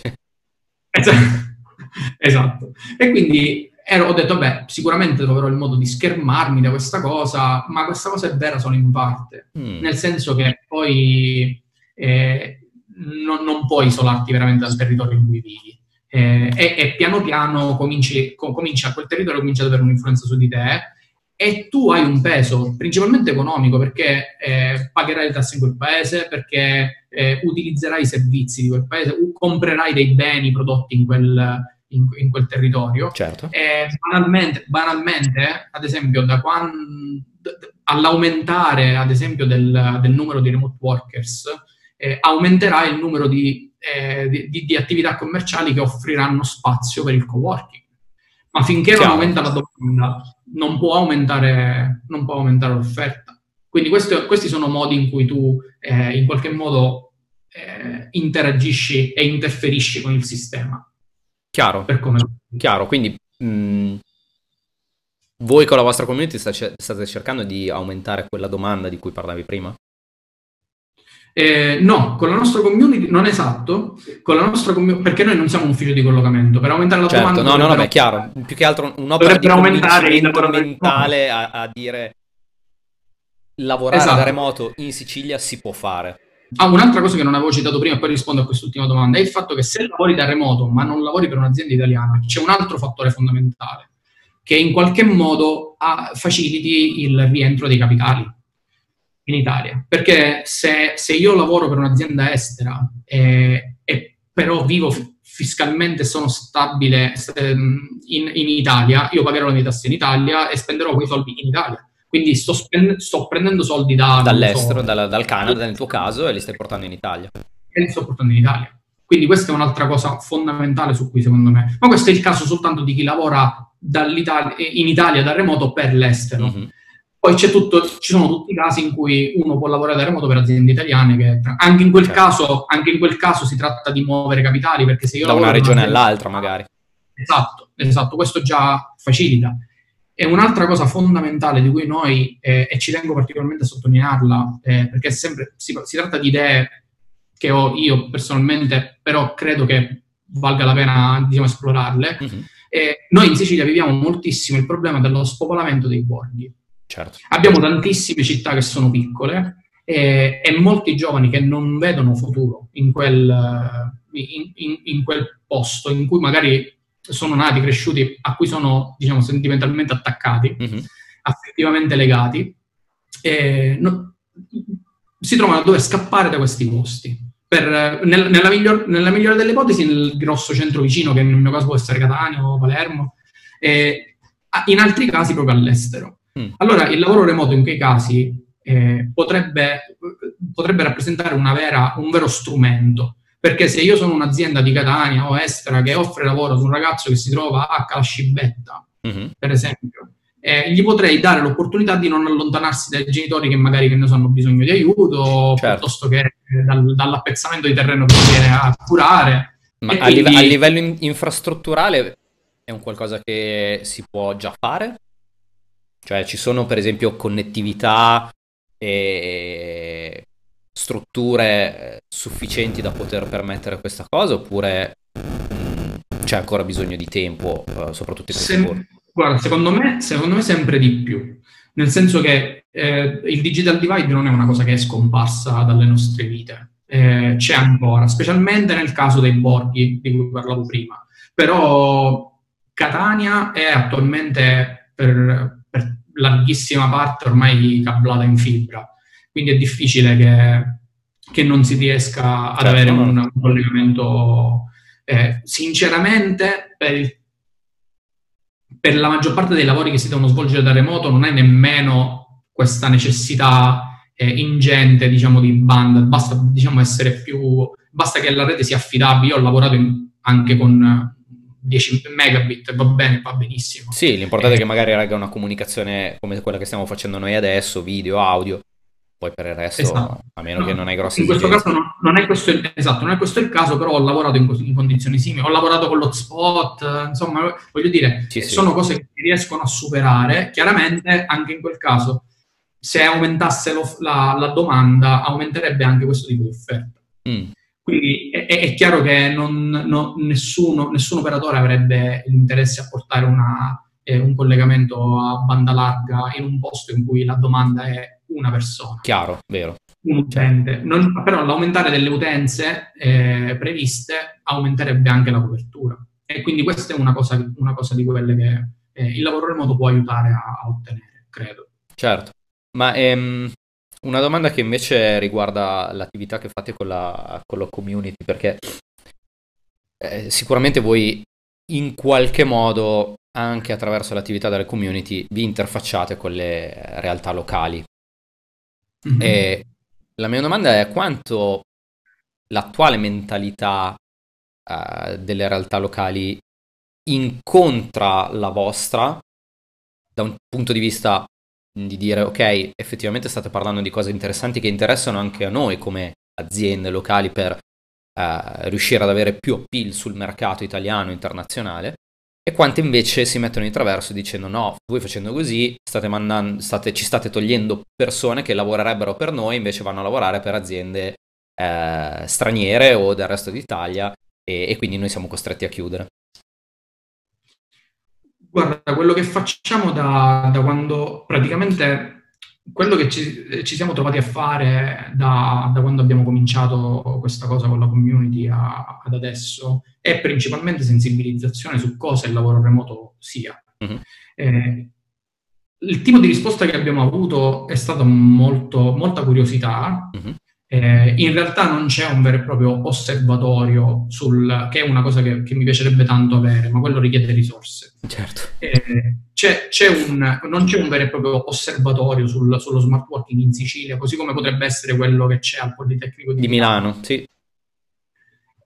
Esatto. E quindi ho detto, beh, sicuramente troverò il modo di schermarmi da questa cosa, ma questa cosa è vera solo in parte, nel senso che poi non puoi isolarti veramente dal territorio in cui vivi, e piano piano cominci a quel territorio comincia ad avere un'influenza su di te, e tu hai un peso principalmente economico, perché pagherai le tasse in quel paese, perché utilizzerai i servizi di quel paese, comprerai dei beni prodotti in quel territorio. Certo. Banalmente, ad esempio, all'aumentare ad esempio del numero di remote workers, aumenterà il numero di attività commerciali che offriranno spazio per il coworking. Ma finché non aumenta la domanda, non può aumentare l'offerta. Quindi questi sono modi in cui tu in qualche modo interagisci e interferisci con il sistema. Chiaro, quindi voi con la vostra community state cercando di aumentare quella domanda di cui parlavi prima? No, con la nostra community non esatto, perché noi non siamo un ufficio di collocamento, per aumentare la domanda... No, beh, chiaro, più che altro un'opera di convincimento mentale a dire lavorare da remoto in Sicilia si può fare. Un'altra cosa che non avevo citato prima e poi rispondo a quest'ultima domanda è il fatto che se lavori da remoto ma non lavori per un'azienda italiana, c'è un altro fattore fondamentale, che in qualche modo faciliti il rientro dei capitali in Italia, perché se io lavoro per un'azienda estera e però vivo fiscalmente, sono stabile in Italia, io pagherò le mie tasse in Italia e spenderò quei soldi in Italia. Quindi sto prendendo soldi dall'estero, dal Canada nel tuo caso, e li stai portando in Italia. e le opportunità in Italia. Quindi questa è un'altra cosa fondamentale su cui secondo me... Ma questo è il caso soltanto di chi lavora in Italia da remoto per l'estero. Mhm. Poi ci sono tutti i casi in cui uno può lavorare da remoto per aziende italiane, che anche in quel Certo. caso si tratta di muovere capitali, perché se io Da una lavoro per regione un'azienda... all'altra, magari. Esatto, questo già facilita. E un'altra cosa fondamentale di cui noi, e ci tengo particolarmente a sottolinearla, perché si tratta di idee che ho io personalmente, però credo che valga la pena, diciamo, esplorarle. Mhm. Noi in Sicilia viviamo moltissimo il problema dello spopolamento dei borghi. Certo. Abbiamo tantissime città che sono piccole e molti giovani che non vedono futuro in quel posto, in cui magari sono nati, cresciuti, a cui sono, diciamo, sentimentalmente attaccati, Mhm. affettivamente legati, si trovano a dover scappare da questi posti. Nella migliore delle ipotesi, nel grosso centro vicino, che nel mio caso può essere Catania o Palermo, in altri casi proprio all'estero. Mm. Allora, il lavoro remoto in quei casi potrebbe rappresentare un vero strumento, perché se io sono un'azienda di Catania o estera che offre lavoro ad un ragazzo che si trova a Calascibetta, Mhm. per esempio, gli potrei dare l'opportunità di non allontanarsi dai genitori che magari, che ne so, hanno bisogno di aiuto, Certo. piuttosto che dall'appezzamento di terreno che si viene a curare. Ma E a quindi livello infrastrutturale è un qualcosa che si può già fare? Cioè ci sono per esempio connettività e strutture sufficienti da poter permettere questa cosa oppure c'è ancora bisogno di tempo, soprattutto in questi borghi? guarda, secondo me sempre di più, nel senso che il digital divide non è una cosa che è scomparsa dalle nostre vite. C'è ancora, specialmente nel caso dei borghi di cui parlavo prima. Però Catania è attualmente per larghissima parte ormai cablata in fibra, quindi è difficile che non si riesca ad avere Certo, no, no. un collegamento. Sinceramente, per la maggior parte dei lavori che si devono svolgere da remoto non hai nemmeno questa necessità ingente, diciamo, di banda. Basta, diciamo, basta che la rete sia affidabile. Io ho lavorato anche con 10 megabit, va bene, va benissimo. Sì, l'importante è che magari regga una comunicazione come quella che stiamo facendo noi adesso, video, audio, poi per il resto, Esatto. a meno che non No, hai grosse in questo esigenze. caso non è questo esatto, non è questo il caso, però ho lavorato in condizioni simili, ho lavorato con l'hotspot, insomma, voglio dire, Sì, sì. sono cose che si riescono a superare. Chiaramente, anche in quel caso, se aumentasse la domanda, aumenterebbe anche questo tipo di offerta. Mm, Quindi è chiaro che nessun operatore avrebbe l'interesse a portare un collegamento a banda larga in un posto in cui la domanda è una persona, chiaro, vero. un Certo. utente. Però l'aumentare delle utenze previste aumenterebbe anche la copertura. E quindi questa è una cosa di quelle che il lavoro remoto può aiutare a ottenere, credo. Certo, ma una domanda che invece riguarda l'attività che fate con la community, perché sicuramente voi in qualche modo, anche attraverso l'attività delle community, vi interfacciate con le realtà locali. Mhm. E la mia domanda è quanto l'attuale mentalità delle realtà locali incontra la vostra da un punto di vista di dire ok, effettivamente state parlando di cose interessanti che interessano anche a noi come aziende locali per riuscire ad avere più appeal sul mercato italiano e internazionale, e quante invece si mettono in traverso dicendo no, voi facendo così ci state togliendo persone che lavorerebbero per noi, invece vanno a lavorare per aziende straniere o del resto d'Italia e quindi noi siamo costretti a chiudere. Guarda, quello che facciamo da quando praticamente quello che ci siamo trovati a fare da quando abbiamo cominciato questa cosa con la community ad adesso è principalmente sensibilizzazione su cosa il lavoro remoto sia. Mhm. Eh, il tipo di risposta che abbiamo avuto è stata molta curiosità. Mhm. In realtà non c'è un vero e proprio osservatorio che è una cosa che mi piacerebbe tanto avere, ma quello richiede risorse. Certo. Non c'è un vero e proprio osservatorio sullo smart working in Sicilia, così come potrebbe essere quello che c'è al Politecnico di Di Milano. Milano, sì.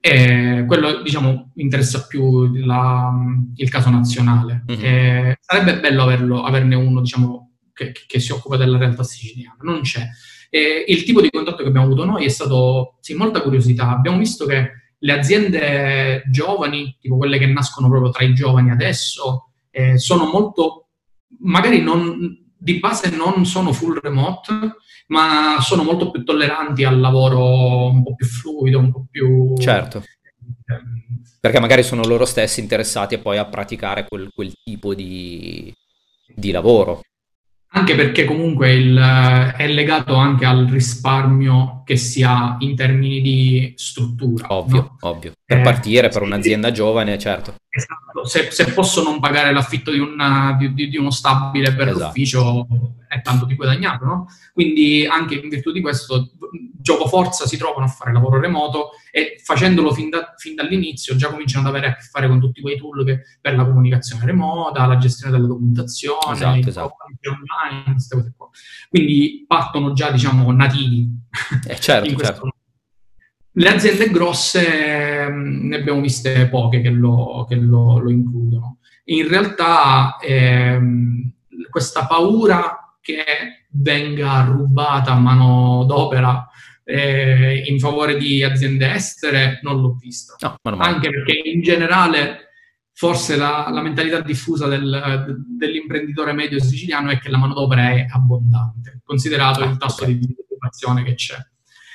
E quello, diciamo, interessa più il caso nazionale. Sarebbe bello averne uno, diciamo, che si occupa della realtà siciliana. Non c'è. Il tipo di contatto che abbiamo avuto noi è stato, sì, molta curiosità. Abbiamo visto che le aziende giovani, tipo quelle che nascono proprio tra i giovani adesso, sono molto, magari di base non sono full remote, ma sono molto più tolleranti al lavoro un po' più fluido, un po' più... Certo, perché magari sono loro stessi interessati poi a praticare quel tipo di lavoro. Anche perché comunque è legato anche al risparmio che si ha in termini di struttura, Ovvio, no? ovvio. Per partire, per Sì, un'azienda giovane, certo. esatto. Se posso non pagare l'affitto di uno stabile per Esatto. l'ufficio, è tanto di guadagnato, no? Quindi anche in virtù di questo, gioco forza si trovano a fare lavoro remoto e facendolo fin dall'inizio già cominciano ad avere a che fare con tutti quei tool per la comunicazione remota, la gestione della documentazione, Esatto, i esatto. programmi online, queste cose qua. Quindi partono già, diciamo, nativi in Certo, certo. questo. Le aziende grosse ne abbiamo viste poche che lo includono. In realtà questa paura che venga rubata manodopera in favore di aziende estere non l'ho vista. No, meno male. Anche perché in generale forse la mentalità diffusa dell'imprenditore medio siciliano è che la manodopera è abbondante, considerato il tasso Ok. di disoccupazione che c'è.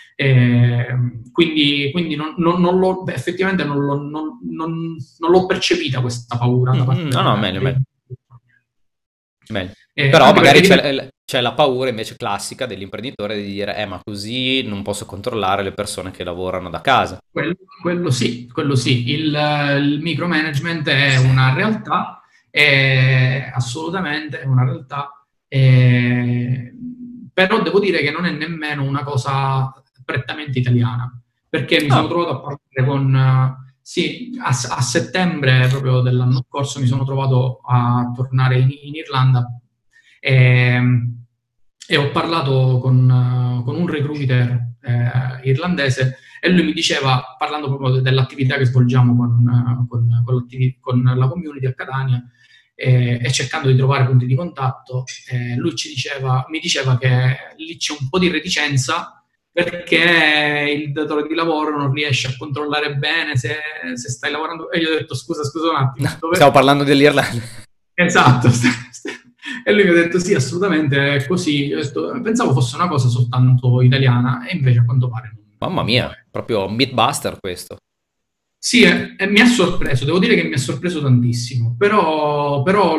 Quindi effettivamente non l'ho percepita questa paura da parte No, no, meglio, meglio. Meglio. Però anche magari perché c'è la paura invece classica dell'imprenditore di dire, ma così non posso controllare le persone che lavorano da casa. quello sì, quello sì. Il micromanagement è una realtà, è assolutamente una realtà, però devo dire che non è nemmeno una cosa prettamente italiana, perché mi sono Ah, trovato a parlare sì, a settembre proprio dell'anno scorso mi sono trovato a tornare in Irlanda e, e ho parlato con un recruiter irlandese e lui mi diceva, parlando proprio dell'attività che svolgiamo con la community a Catania e cercando di trovare punti di contatto, lui mi diceva che lì c'è un po' di reticenza perché il datore di lavoro non riesce a controllare bene se stai lavorando. E io ho detto scusa un attimo, stiamo dove... parlando dell'Irlanda. Esatto. E lui mi ha detto sì, assolutamente è così. Io ho detto, pensavo fosse una cosa soltanto italiana e invece a quanto pare Mamma non lo mia, è. proprio Mythbuster questo. Sì, mi ha sorpreso, devo dire che mi ha sorpreso tantissimo, però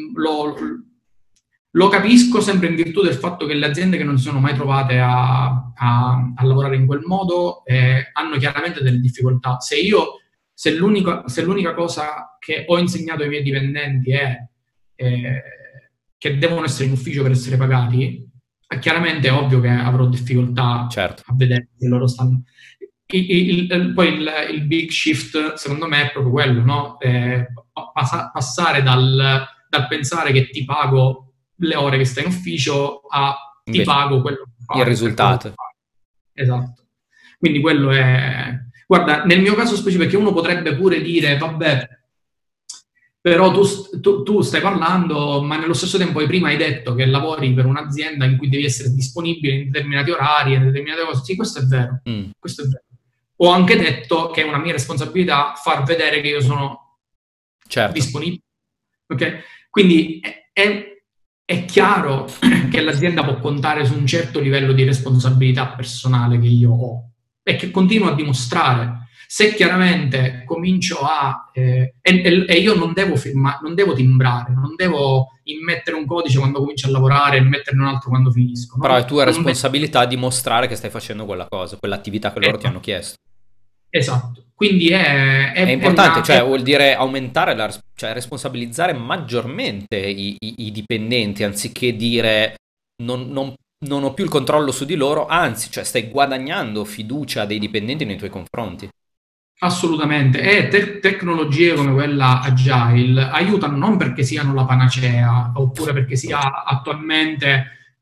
lo capisco sempre in virtù del fatto che le aziende che non si sono mai trovate a lavorare in quel modo hanno chiaramente delle difficoltà. Se l'unica cosa che ho insegnato ai miei dipendenti è eh, che devono essere in ufficio per essere pagati, chiaramente è ovvio che avrò difficoltà Certo. a vedere se loro stanno. Poi il big shift, secondo me, è proprio quello, no? Passare dal pensare che ti pago le ore che stai in ufficio a ti Invece, pago quello che il fai per quello che risultato. fai. Esatto. Quindi quello è... Guarda, nel mio caso specifico, perché uno potrebbe pure dire, vabbè, però tu stai parlando, ma nello stesso tempo prima hai detto che lavori per un'azienda in cui devi essere disponibile in determinati orari, in determinate cose. Sì, questo è vero. Mm, Questo è vero. Ho anche detto che è una mia responsabilità far vedere che io sono certo. disponibile. Okay? Quindi è chiaro che l'azienda può contare su un certo livello di responsabilità personale che io ho e che continuo a dimostrare. Se chiaramente comincio e io non devo firmare, non devo timbrare, non devo immettere un codice quando comincio a lavorare e metterne un altro quando finisco. Però è tua Non devo, responsabilità dimostrare che stai facendo quella cosa, quell'attività che loro ti hanno chiesto. esatto. Quindi È è importante, una... cioè vuol dire aumentare cioè responsabilizzare maggiormente i dipendenti, anziché dire non ho più il controllo su di loro, anzi, cioè stai guadagnando fiducia dei dipendenti nei tuoi confronti. Assolutamente, e tecnologie come quella Agile aiutano non perché siano la panacea oppure perché sia attualmente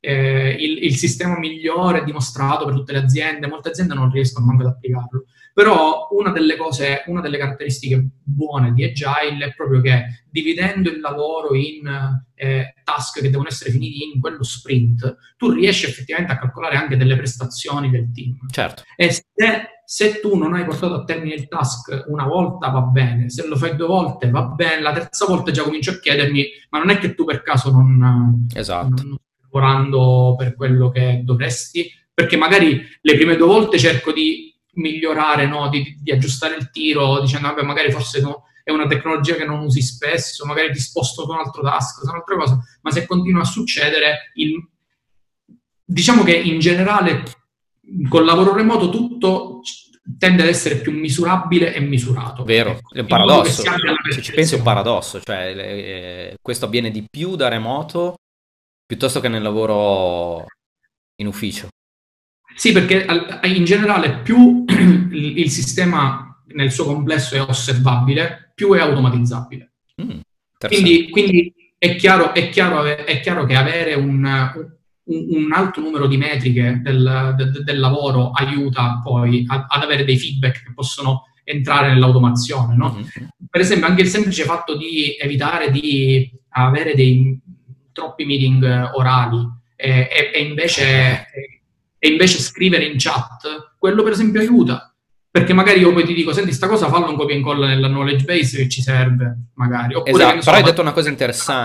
il sistema migliore dimostrato per tutte le aziende, molte aziende non riescono manco ad applicarlo. Però una delle caratteristiche buone di Agile è proprio che dividendo il lavoro in task che devono essere finiti in quello sprint, tu riesci effettivamente a calcolare anche delle prestazioni del team. Certo. E se tu non hai portato a termine il task una volta va bene, se lo fai 2 volte va bene, la terza volta già comincio a chiedermi, ma non è che tu per caso non Esatto. stai lavorando per quello che dovresti? Perché magari le prime 2 volte cerco di migliorare, no? di aggiustare il tiro, dicendo vabbè magari forse no, è una tecnologia che non usi spesso, magari ti sposto su un altro task, su un'altra cosa, ma se continua a succedere, diciamo che in generale col lavoro remoto tutto tende ad essere più misurabile e misurato. Vero, Ecco, è un paradosso, se ci pensi è un paradosso, cioè questo avviene di più da remoto piuttosto che nel lavoro in ufficio. Sì, perché in generale più il sistema nel suo complesso è osservabile, più è automatizzabile. Quindi è chiaro che avere un alto numero di metriche del lavoro aiuta poi ad avere dei feedback che possono entrare nell'automazione, no? Per esempio anche il semplice fatto di evitare di avere troppi meeting orali e invece scrivere in chat, quello per esempio aiuta. Perché magari io poi ti dico, senti, sta cosa fallo un copia e incolla nella knowledge base che ci serve, magari. Oppure, esatto, però hai detto una cosa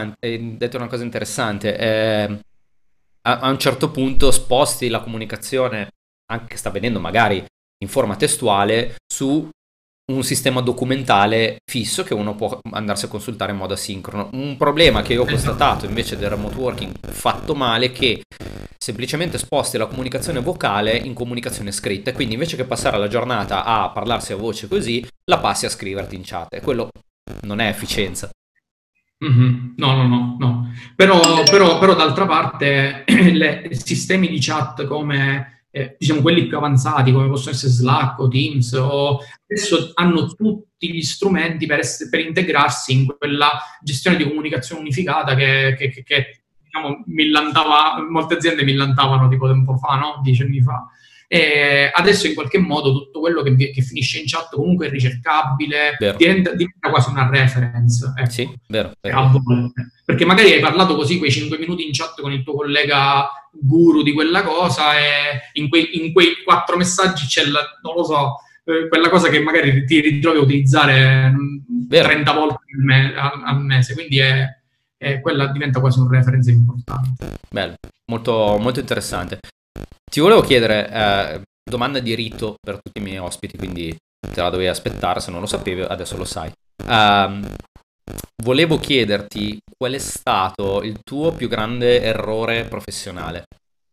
interessante. A un certo punto sposti la comunicazione, anche che sta avvenendo magari in forma testuale, su un sistema documentale fisso che uno può andarsi a consultare in modo asincrono. Un problema che io ho constatato invece del remote working fatto male è che semplicemente sposti la comunicazione vocale in comunicazione scritta e quindi invece che passare la giornata a parlarsi a voce così, la passi a scriverti in chat e quello non è efficienza. Mm-hmm. No. Però d'altra parte i sistemi di chat come diciamo quelli più avanzati come possono essere Slack o Teams adesso hanno tutti gli strumenti per integrarsi in quella gestione di comunicazione unificata che diciamo, molte aziende millantavano tipo tempo fa, no? 10 anni fa. E adesso in qualche modo tutto quello che finisce in chat comunque è ricercabile, diventa quasi una reference. Ecco. Sì, vero. Perché magari hai parlato così quei 5 minuti in chat con il tuo collega guru di quella cosa e in quei 4 messaggi c'è non lo so, quella cosa che magari ti ritrovi a utilizzare 30 volte al mese, quindi quella diventa quasi un reference importante. Bello, molto, molto interessante. Ti volevo chiedere, domanda di rito per tutti i miei ospiti, quindi te la dovevi aspettare, se non lo sapevi, adesso lo sai. Volevo chiederti qual è stato il tuo più grande errore professionale.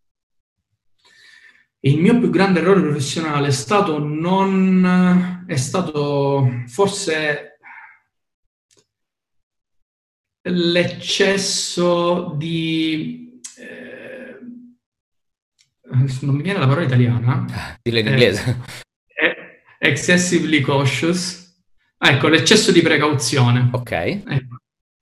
Il mio più grande errore professionale è stato forse l'eccesso di non mi viene la parola italiana. Dilla in inglese. Excessively cautious. Ecco, l'eccesso di precauzione. Ok. Ecco.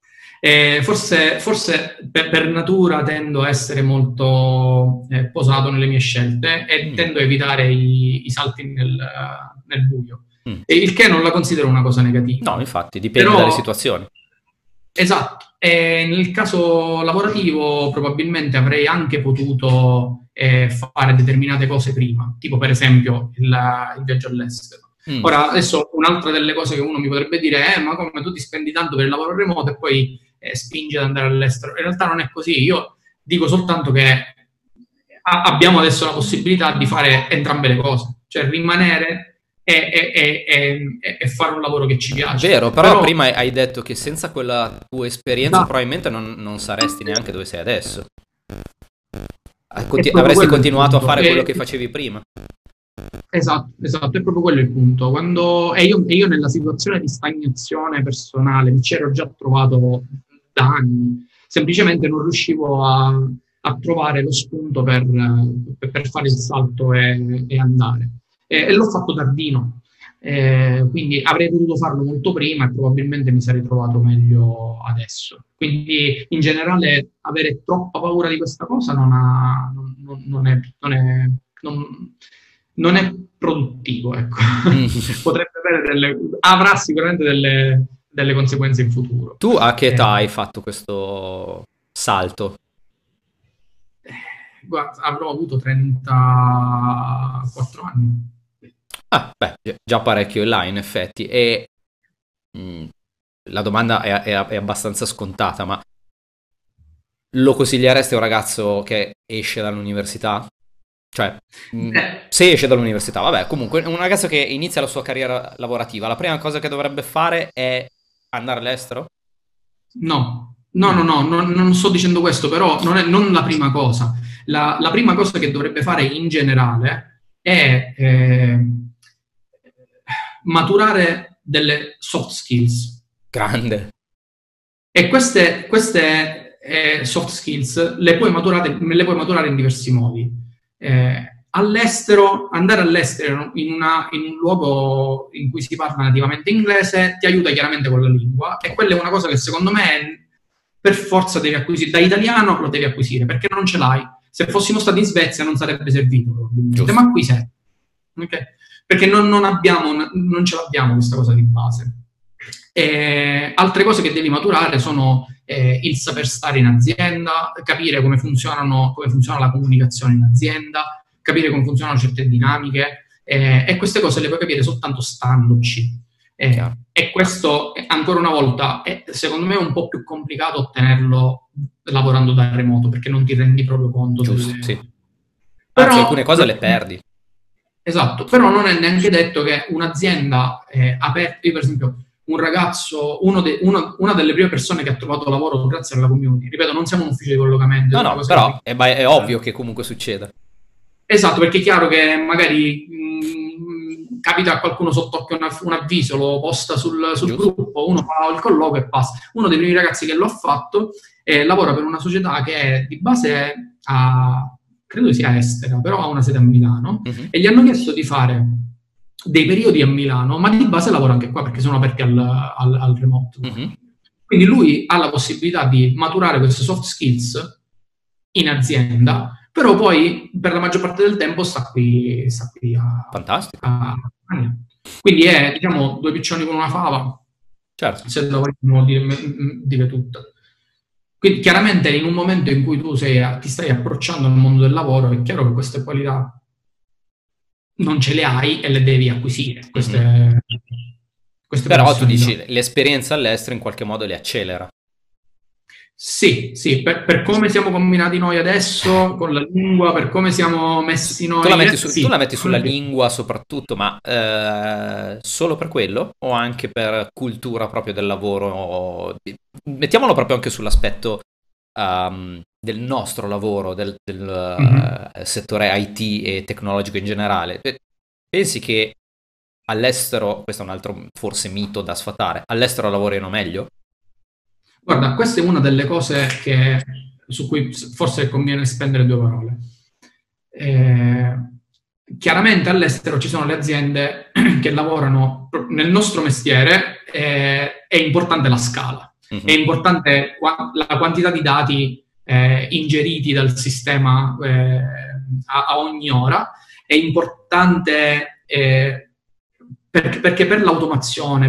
Forse per natura tendo a essere molto posato nelle mie scelte e tendo a evitare i salti nel buio. E il che non la considero una cosa negativa. No, infatti, dipende dalle situazioni. Esatto. E nel caso lavorativo probabilmente avrei anche potuto fare determinate cose prima, tipo per esempio il viaggio all'estero. Ora, adesso un'altra delle cose che uno mi potrebbe dire è ma come tu ti spendi tanto per il lavoro remoto e poi spingi ad andare all'estero. In realtà non è così, io dico soltanto che abbiamo adesso la possibilità di fare entrambe le cose, cioè rimanere e fare un lavoro che ci piace. Vero, però prima hai detto che senza quella tua esperienza probabilmente non saresti neanche dove sei adesso. Avresti continuato a fare quello che facevi prima. Esatto, è proprio quello il punto. Io nella situazione di stagnazione personale mi c'ero già trovato da anni, semplicemente non riuscivo a trovare lo spunto per fare il salto e andare. E l'ho fatto tardino. quindi avrei potuto farlo molto prima e probabilmente mi sarei trovato meglio adesso. Quindi in generale avere troppa paura di questa cosa non è produttivo, ecco. Avrà sicuramente delle conseguenze in futuro. Tu a che età hai fatto questo salto? Guarda, avrò avuto 34 anni. Ah, beh, già parecchio in là in effetti. E mh, la domanda è abbastanza scontata, ma lo consiglieresti a un ragazzo che esce dall'università? Cioè, Eh, se esce dall'università, vabbè, comunque un ragazzo che inizia la sua carriera lavorativa, la prima cosa che dovrebbe fare è andare all'estero? No, no, Mm, no, no, non sto dicendo questo, però non la prima cosa. La prima cosa che dovrebbe fare in generale è maturare delle soft skills. grande. E queste soft skills le puoi maturare in diversi modi. Andare all'estero in un luogo in cui si parla nativamente inglese ti aiuta chiaramente con la lingua e quella è una cosa che secondo me per forza devi acquisire. Da italiano lo devi acquisire perché non ce l'hai. Se fossimo stati in Svezia non sarebbe servito probabilmente, Giusto. ma qui serve. Okay? Perché non ce l'abbiamo questa cosa di base. Altre cose che devi maturare sono il saper stare in azienda, capire come funziona la comunicazione in azienda, capire come funzionano certe dinamiche e queste cose le puoi capire soltanto standoci. Chiaro. E questo, ancora una volta, secondo me è un po' più complicato ottenerlo lavorando da remoto perché non ti rendi proprio conto Giusto, sì. delle... Anzi, alcune Però, cose le perdi. esatto, però non è neanche detto che un'azienda aperta, io per esempio, un ragazzo, una delle prime persone che ha trovato lavoro grazie alla community, ripeto, non siamo un ufficio di collocamento, No, è una no, cosa però che... è ovvio che comunque succeda. Esatto, perché è chiaro che magari capita a qualcuno sott'occhio un avviso, lo posta sul Giusto? gruppo, uno fa il colloquio e passa. Uno dei primi ragazzi che lo ha fatto lavora per una società che è di base credo sia estera, però ha una sede a Milano, Mhm. e gli hanno chiesto di fare dei periodi a Milano, ma di base lavora anche qua perché sono aperti al remote. Mhm. Quindi lui ha la possibilità di maturare queste soft skills in azienda, però poi per la maggior parte del tempo sta qui Fantastico. a quindi è, diciamo, due piccioni con una fava, Certo. se la vogliamo dire tutta. Quindi chiaramente in un momento in cui tu ti stai approcciando al mondo del lavoro, è chiaro che queste qualità non ce le hai e le devi acquisire, Mhm. queste Però tu professionalità. dici l'esperienza all'estero in qualche modo le accelera. Sì, sì, per come siamo combinati noi adesso, con la lingua, per come siamo messi Tu la noi, metti, tu sì. la metti sulla lingua soprattutto, ma solo per quello o anche per cultura proprio del lavoro? Mettiamolo proprio anche sull'aspetto del nostro lavoro, Mhm. settore IT e tecnologico in generale. Pensi che all'estero, questo è un altro forse mito da sfatare, all'estero lavorino meglio? Guarda, questa è una delle cose su cui forse conviene spendere due parole. Eh, chiaramente all'estero ci sono le aziende che lavorano nel nostro mestiere, è importante la scala, è Mhm. importante la quantità di dati ingeriti dal sistema a ogni ora, è importante perché per l'automazione,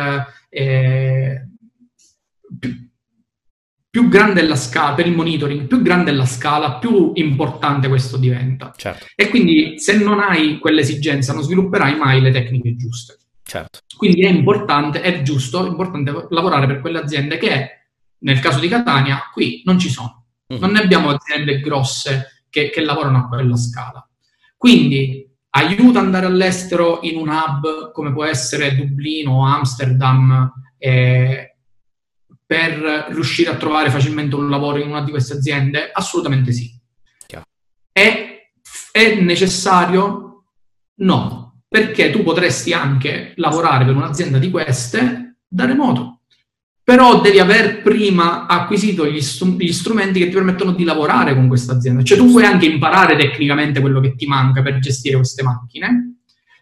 più, più grande è la scala, per il monitoring, più grande è la scala, più importante questo diventa. Certo, E quindi se non hai quell'esigenza non svilupperai mai le tecniche giuste. certo. Quindi è importante, è giusto, è importante lavorare per quelle aziende che, nel caso di Catania, qui non ci sono. Non Mhm. ne abbiamo aziende grosse che lavorano a quella scala. Quindi aiuta ad andare all'estero in un hub come può essere Dublino o Amsterdam per riuscire a trovare facilmente un lavoro in una di queste aziende? Assolutamente sì. Chiaro. È necessario? No, perché tu potresti anche lavorare per un'azienda di queste da remoto, però devi aver prima acquisito gli strumenti che ti permettono di lavorare con questa azienda. Cioè tu puoi anche imparare tecnicamente quello che ti manca per gestire queste macchine,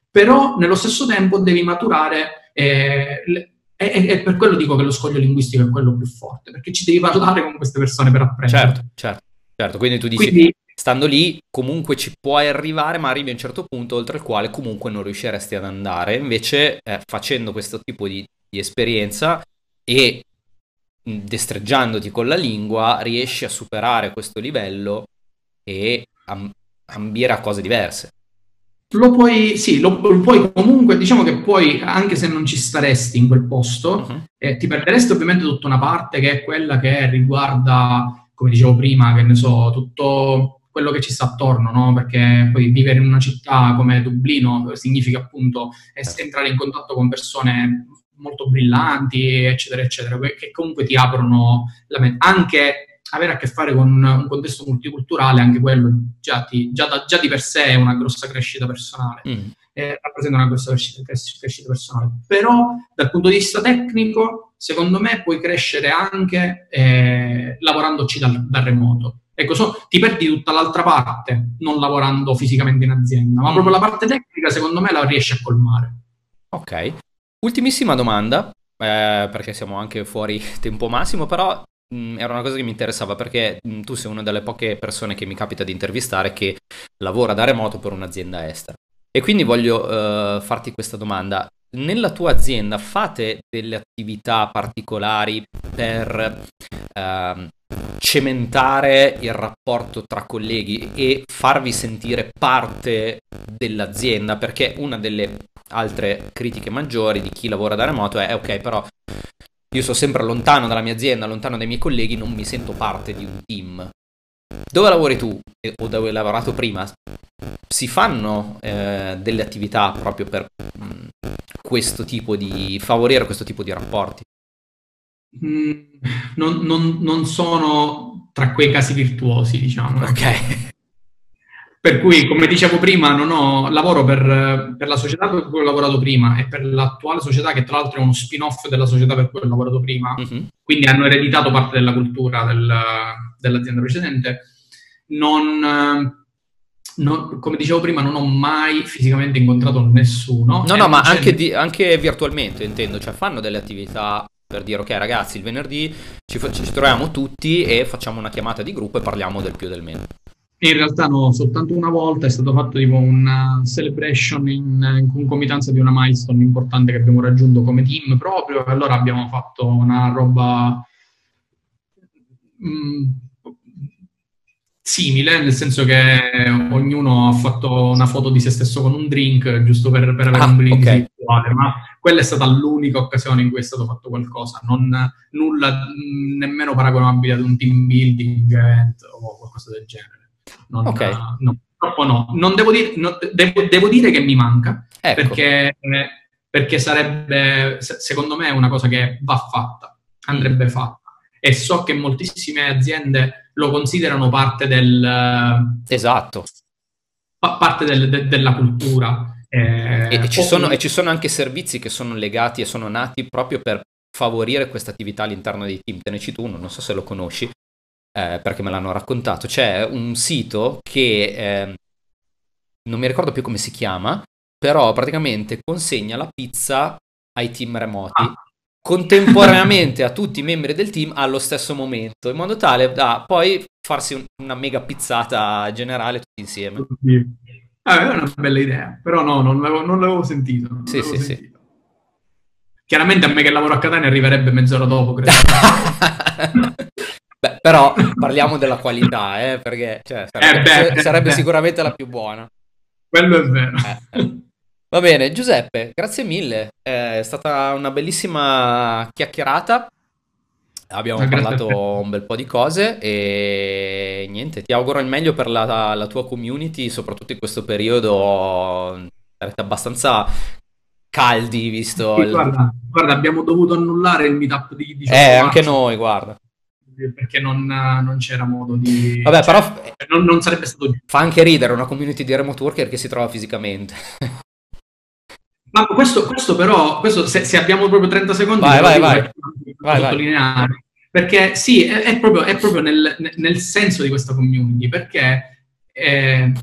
però nello stesso tempo devi maturare, e per quello dico che lo scoglio linguistico è quello più forte, perché ci devi parlare con queste persone per Certo, apprendere. certo, certo. Quindi tu dici, Quindi stando lì, comunque ci puoi arrivare, ma arrivi a un certo punto oltre il quale comunque non riusciresti ad andare. Invece, facendo questo tipo di esperienza e destreggiandoti con la lingua, riesci a superare questo livello e ambire a cose diverse. lo puoi, sì, lo puoi comunque, diciamo che poi, anche se non ci staresti in quel posto, Mhm. ti perderesti ovviamente tutta una parte che è quella che riguarda, come dicevo prima, che ne so, tutto quello che ci sta attorno, no? Perché poi vivere in una città come Dublino significa appunto Certo. entrare in contatto con persone molto brillanti, eccetera, eccetera, che comunque ti aprono la mente. Anche avere a che fare con un contesto multiculturale, anche quello già di per sé è una grossa crescita personale, Mm. rappresenta una grossa crescita personale. Però dal punto di vista tecnico, secondo me puoi crescere anche lavorandoci dal remoto. Ecco, ti perdi tutta l'altra parte non lavorando fisicamente in azienda, ma proprio Mhm. la parte tecnica secondo me la riesci a colmare. Ok. Ultimissima domanda, perché siamo anche fuori tempo massimo, però era una cosa che mi interessava perché tu sei una delle poche persone che mi capita di intervistare che lavora da remoto per un'azienda estera. E quindi voglio farti questa domanda. Nella tua azienda fate delle attività particolari per cementare il rapporto tra colleghi e farvi sentire parte dell'azienda? Perché una delle altre critiche maggiori di chi lavora da remoto è ok, però io sono sempre lontano dalla mia azienda, lontano dai miei colleghi, non mi sento parte di un team. Dove lavori tu o dove hai lavorato prima? Si fanno delle attività proprio per questo tipo di favorire questo tipo di rapporti? Mm, non sono tra quei casi virtuosi, diciamo, Ok. ecco. Per cui, come dicevo prima, non ho, lavoro per la società per cui ho lavorato prima e per l'attuale società, che tra l'altro è uno spin-off della società per cui ho lavorato prima, Mhm. quindi hanno ereditato parte della cultura dell'azienda precedente. Come dicevo prima, non ho mai fisicamente incontrato nessuno No, e no, ma non c'è. anche virtualmente intendo, cioè fanno delle attività per dire ok ragazzi, il venerdì ci troviamo tutti e facciamo una chiamata di gruppo e parliamo del più e del meno. In realtà no, soltanto una volta è stato fatto tipo una celebration in concomitanza di una milestone importante che abbiamo raggiunto come team proprio, e allora abbiamo fatto una roba mh, simile, nel senso che ognuno ha fatto una foto di se stesso con un drink, giusto per avere un Ah, ok. brindisi virtuale, ma quella è stata l'unica occasione in cui è stato fatto qualcosa, non nulla nemmeno paragonabile ad un team building event o qualcosa del genere. Non, Ok, no, purtroppo no. Non devo dire, devo dire che mi manca, ecco. perché sarebbe, secondo me, una cosa che va fatta, Mm, andrebbe fatta. E so che moltissime aziende lo considerano esatto. della cultura. E ci O sono, e comunque ci sono anche servizi che sono legati e sono nati proprio per favorire questa attività all'interno dei team. Te ne cito uno, non so se lo conosci, perché me l'hanno raccontato. C'è un sito che non mi ricordo più come si chiama, però praticamente consegna la pizza ai team remoti ah. contemporaneamente a tutti i membri del team allo stesso momento, in modo tale da poi farsi una mega pizzata generale tutti insieme. Oddio. È una bella idea, però no, non l'avevo sentito. Non Sì, l'avevo sì, sì. sentito. Chiaramente a me che lavoro a Catania arriverebbe mezz'ora dopo, credo. Beh, però parliamo della qualità, perché cioè, sarebbe Beh, sicuramente la più buona. quello è vero. Va bene, Giuseppe, grazie mille. È stata una bellissima chiacchierata. Abbiamo Grazie a parlato te. un bel po' di cose e niente, ti auguro il meglio per la tua community, soprattutto in questo periodo. Sarete abbastanza caldi, visto Sì, il... guarda, abbiamo dovuto annullare il meetup di 18 Anche marzo noi, guarda. perché non c'era modo di. Vabbè, però Cioè, non sarebbe stato giusto. fa anche ridere una community di remote worker che si trova fisicamente. Ma questo però, se abbiamo proprio 30 secondi, Vai, te lo vai, dico vai. perché devo Vai, vai. sottolineare. Perché sì, è proprio nel senso di questa community, perché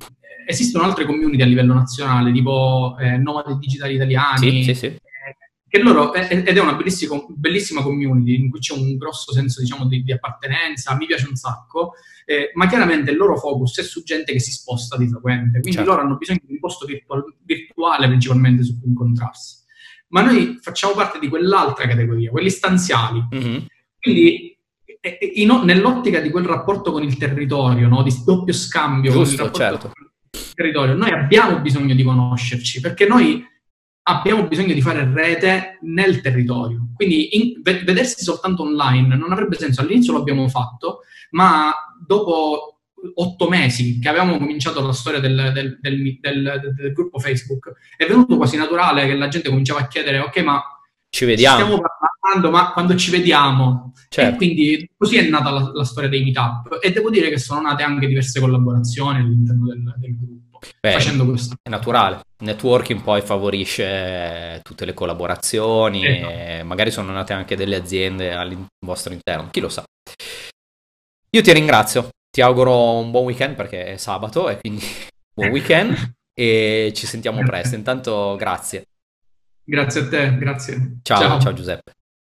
esistono altre community a livello nazionale, tipo Nomadi Digitali Sì, Italiani, sì, sì. che loro, ed è una bellissima community in cui c'è un grosso senso, diciamo, di appartenenza, mi piace un sacco, ma chiaramente il loro focus è su gente che si sposta di frequente, quindi Certo. loro hanno bisogno di un posto virtuale principalmente su cui incontrarsi. Ma noi facciamo parte di quell'altra categoria, quelli stanziali. Mhm. Quindi nell'ottica di quel rapporto con il territorio, no? Di doppio scambio con il Giusto, rapporto certo. con il territorio, noi abbiamo bisogno di conoscerci perché noi abbiamo bisogno di fare rete nel territorio. Quindi vedersi soltanto online non avrebbe senso. All'inizio lo abbiamo fatto, ma dopo 8 mesi che avevamo cominciato la storia del gruppo Facebook, è venuto quasi naturale che la gente cominciava a chiedere, ok, ma Ci ci stiamo vediamo. parlando, ma quando ci vediamo? E Certo. quindi così è nata la storia dei meetup. E devo dire che sono nate anche diverse collaborazioni all'interno del gruppo, Beh, facendo questo. è naturale. Il networking poi favorisce tutte le collaborazioni Esatto. e magari sono nate anche delle aziende al vostro interno, chi lo sa. Io ti ringrazio, ti auguro un buon weekend perché è sabato e quindi buon weekend e ci sentiamo presto. Grazie. Intanto grazie. Grazie a te, grazie. Ciao, ciao Ciao. Giuseppe.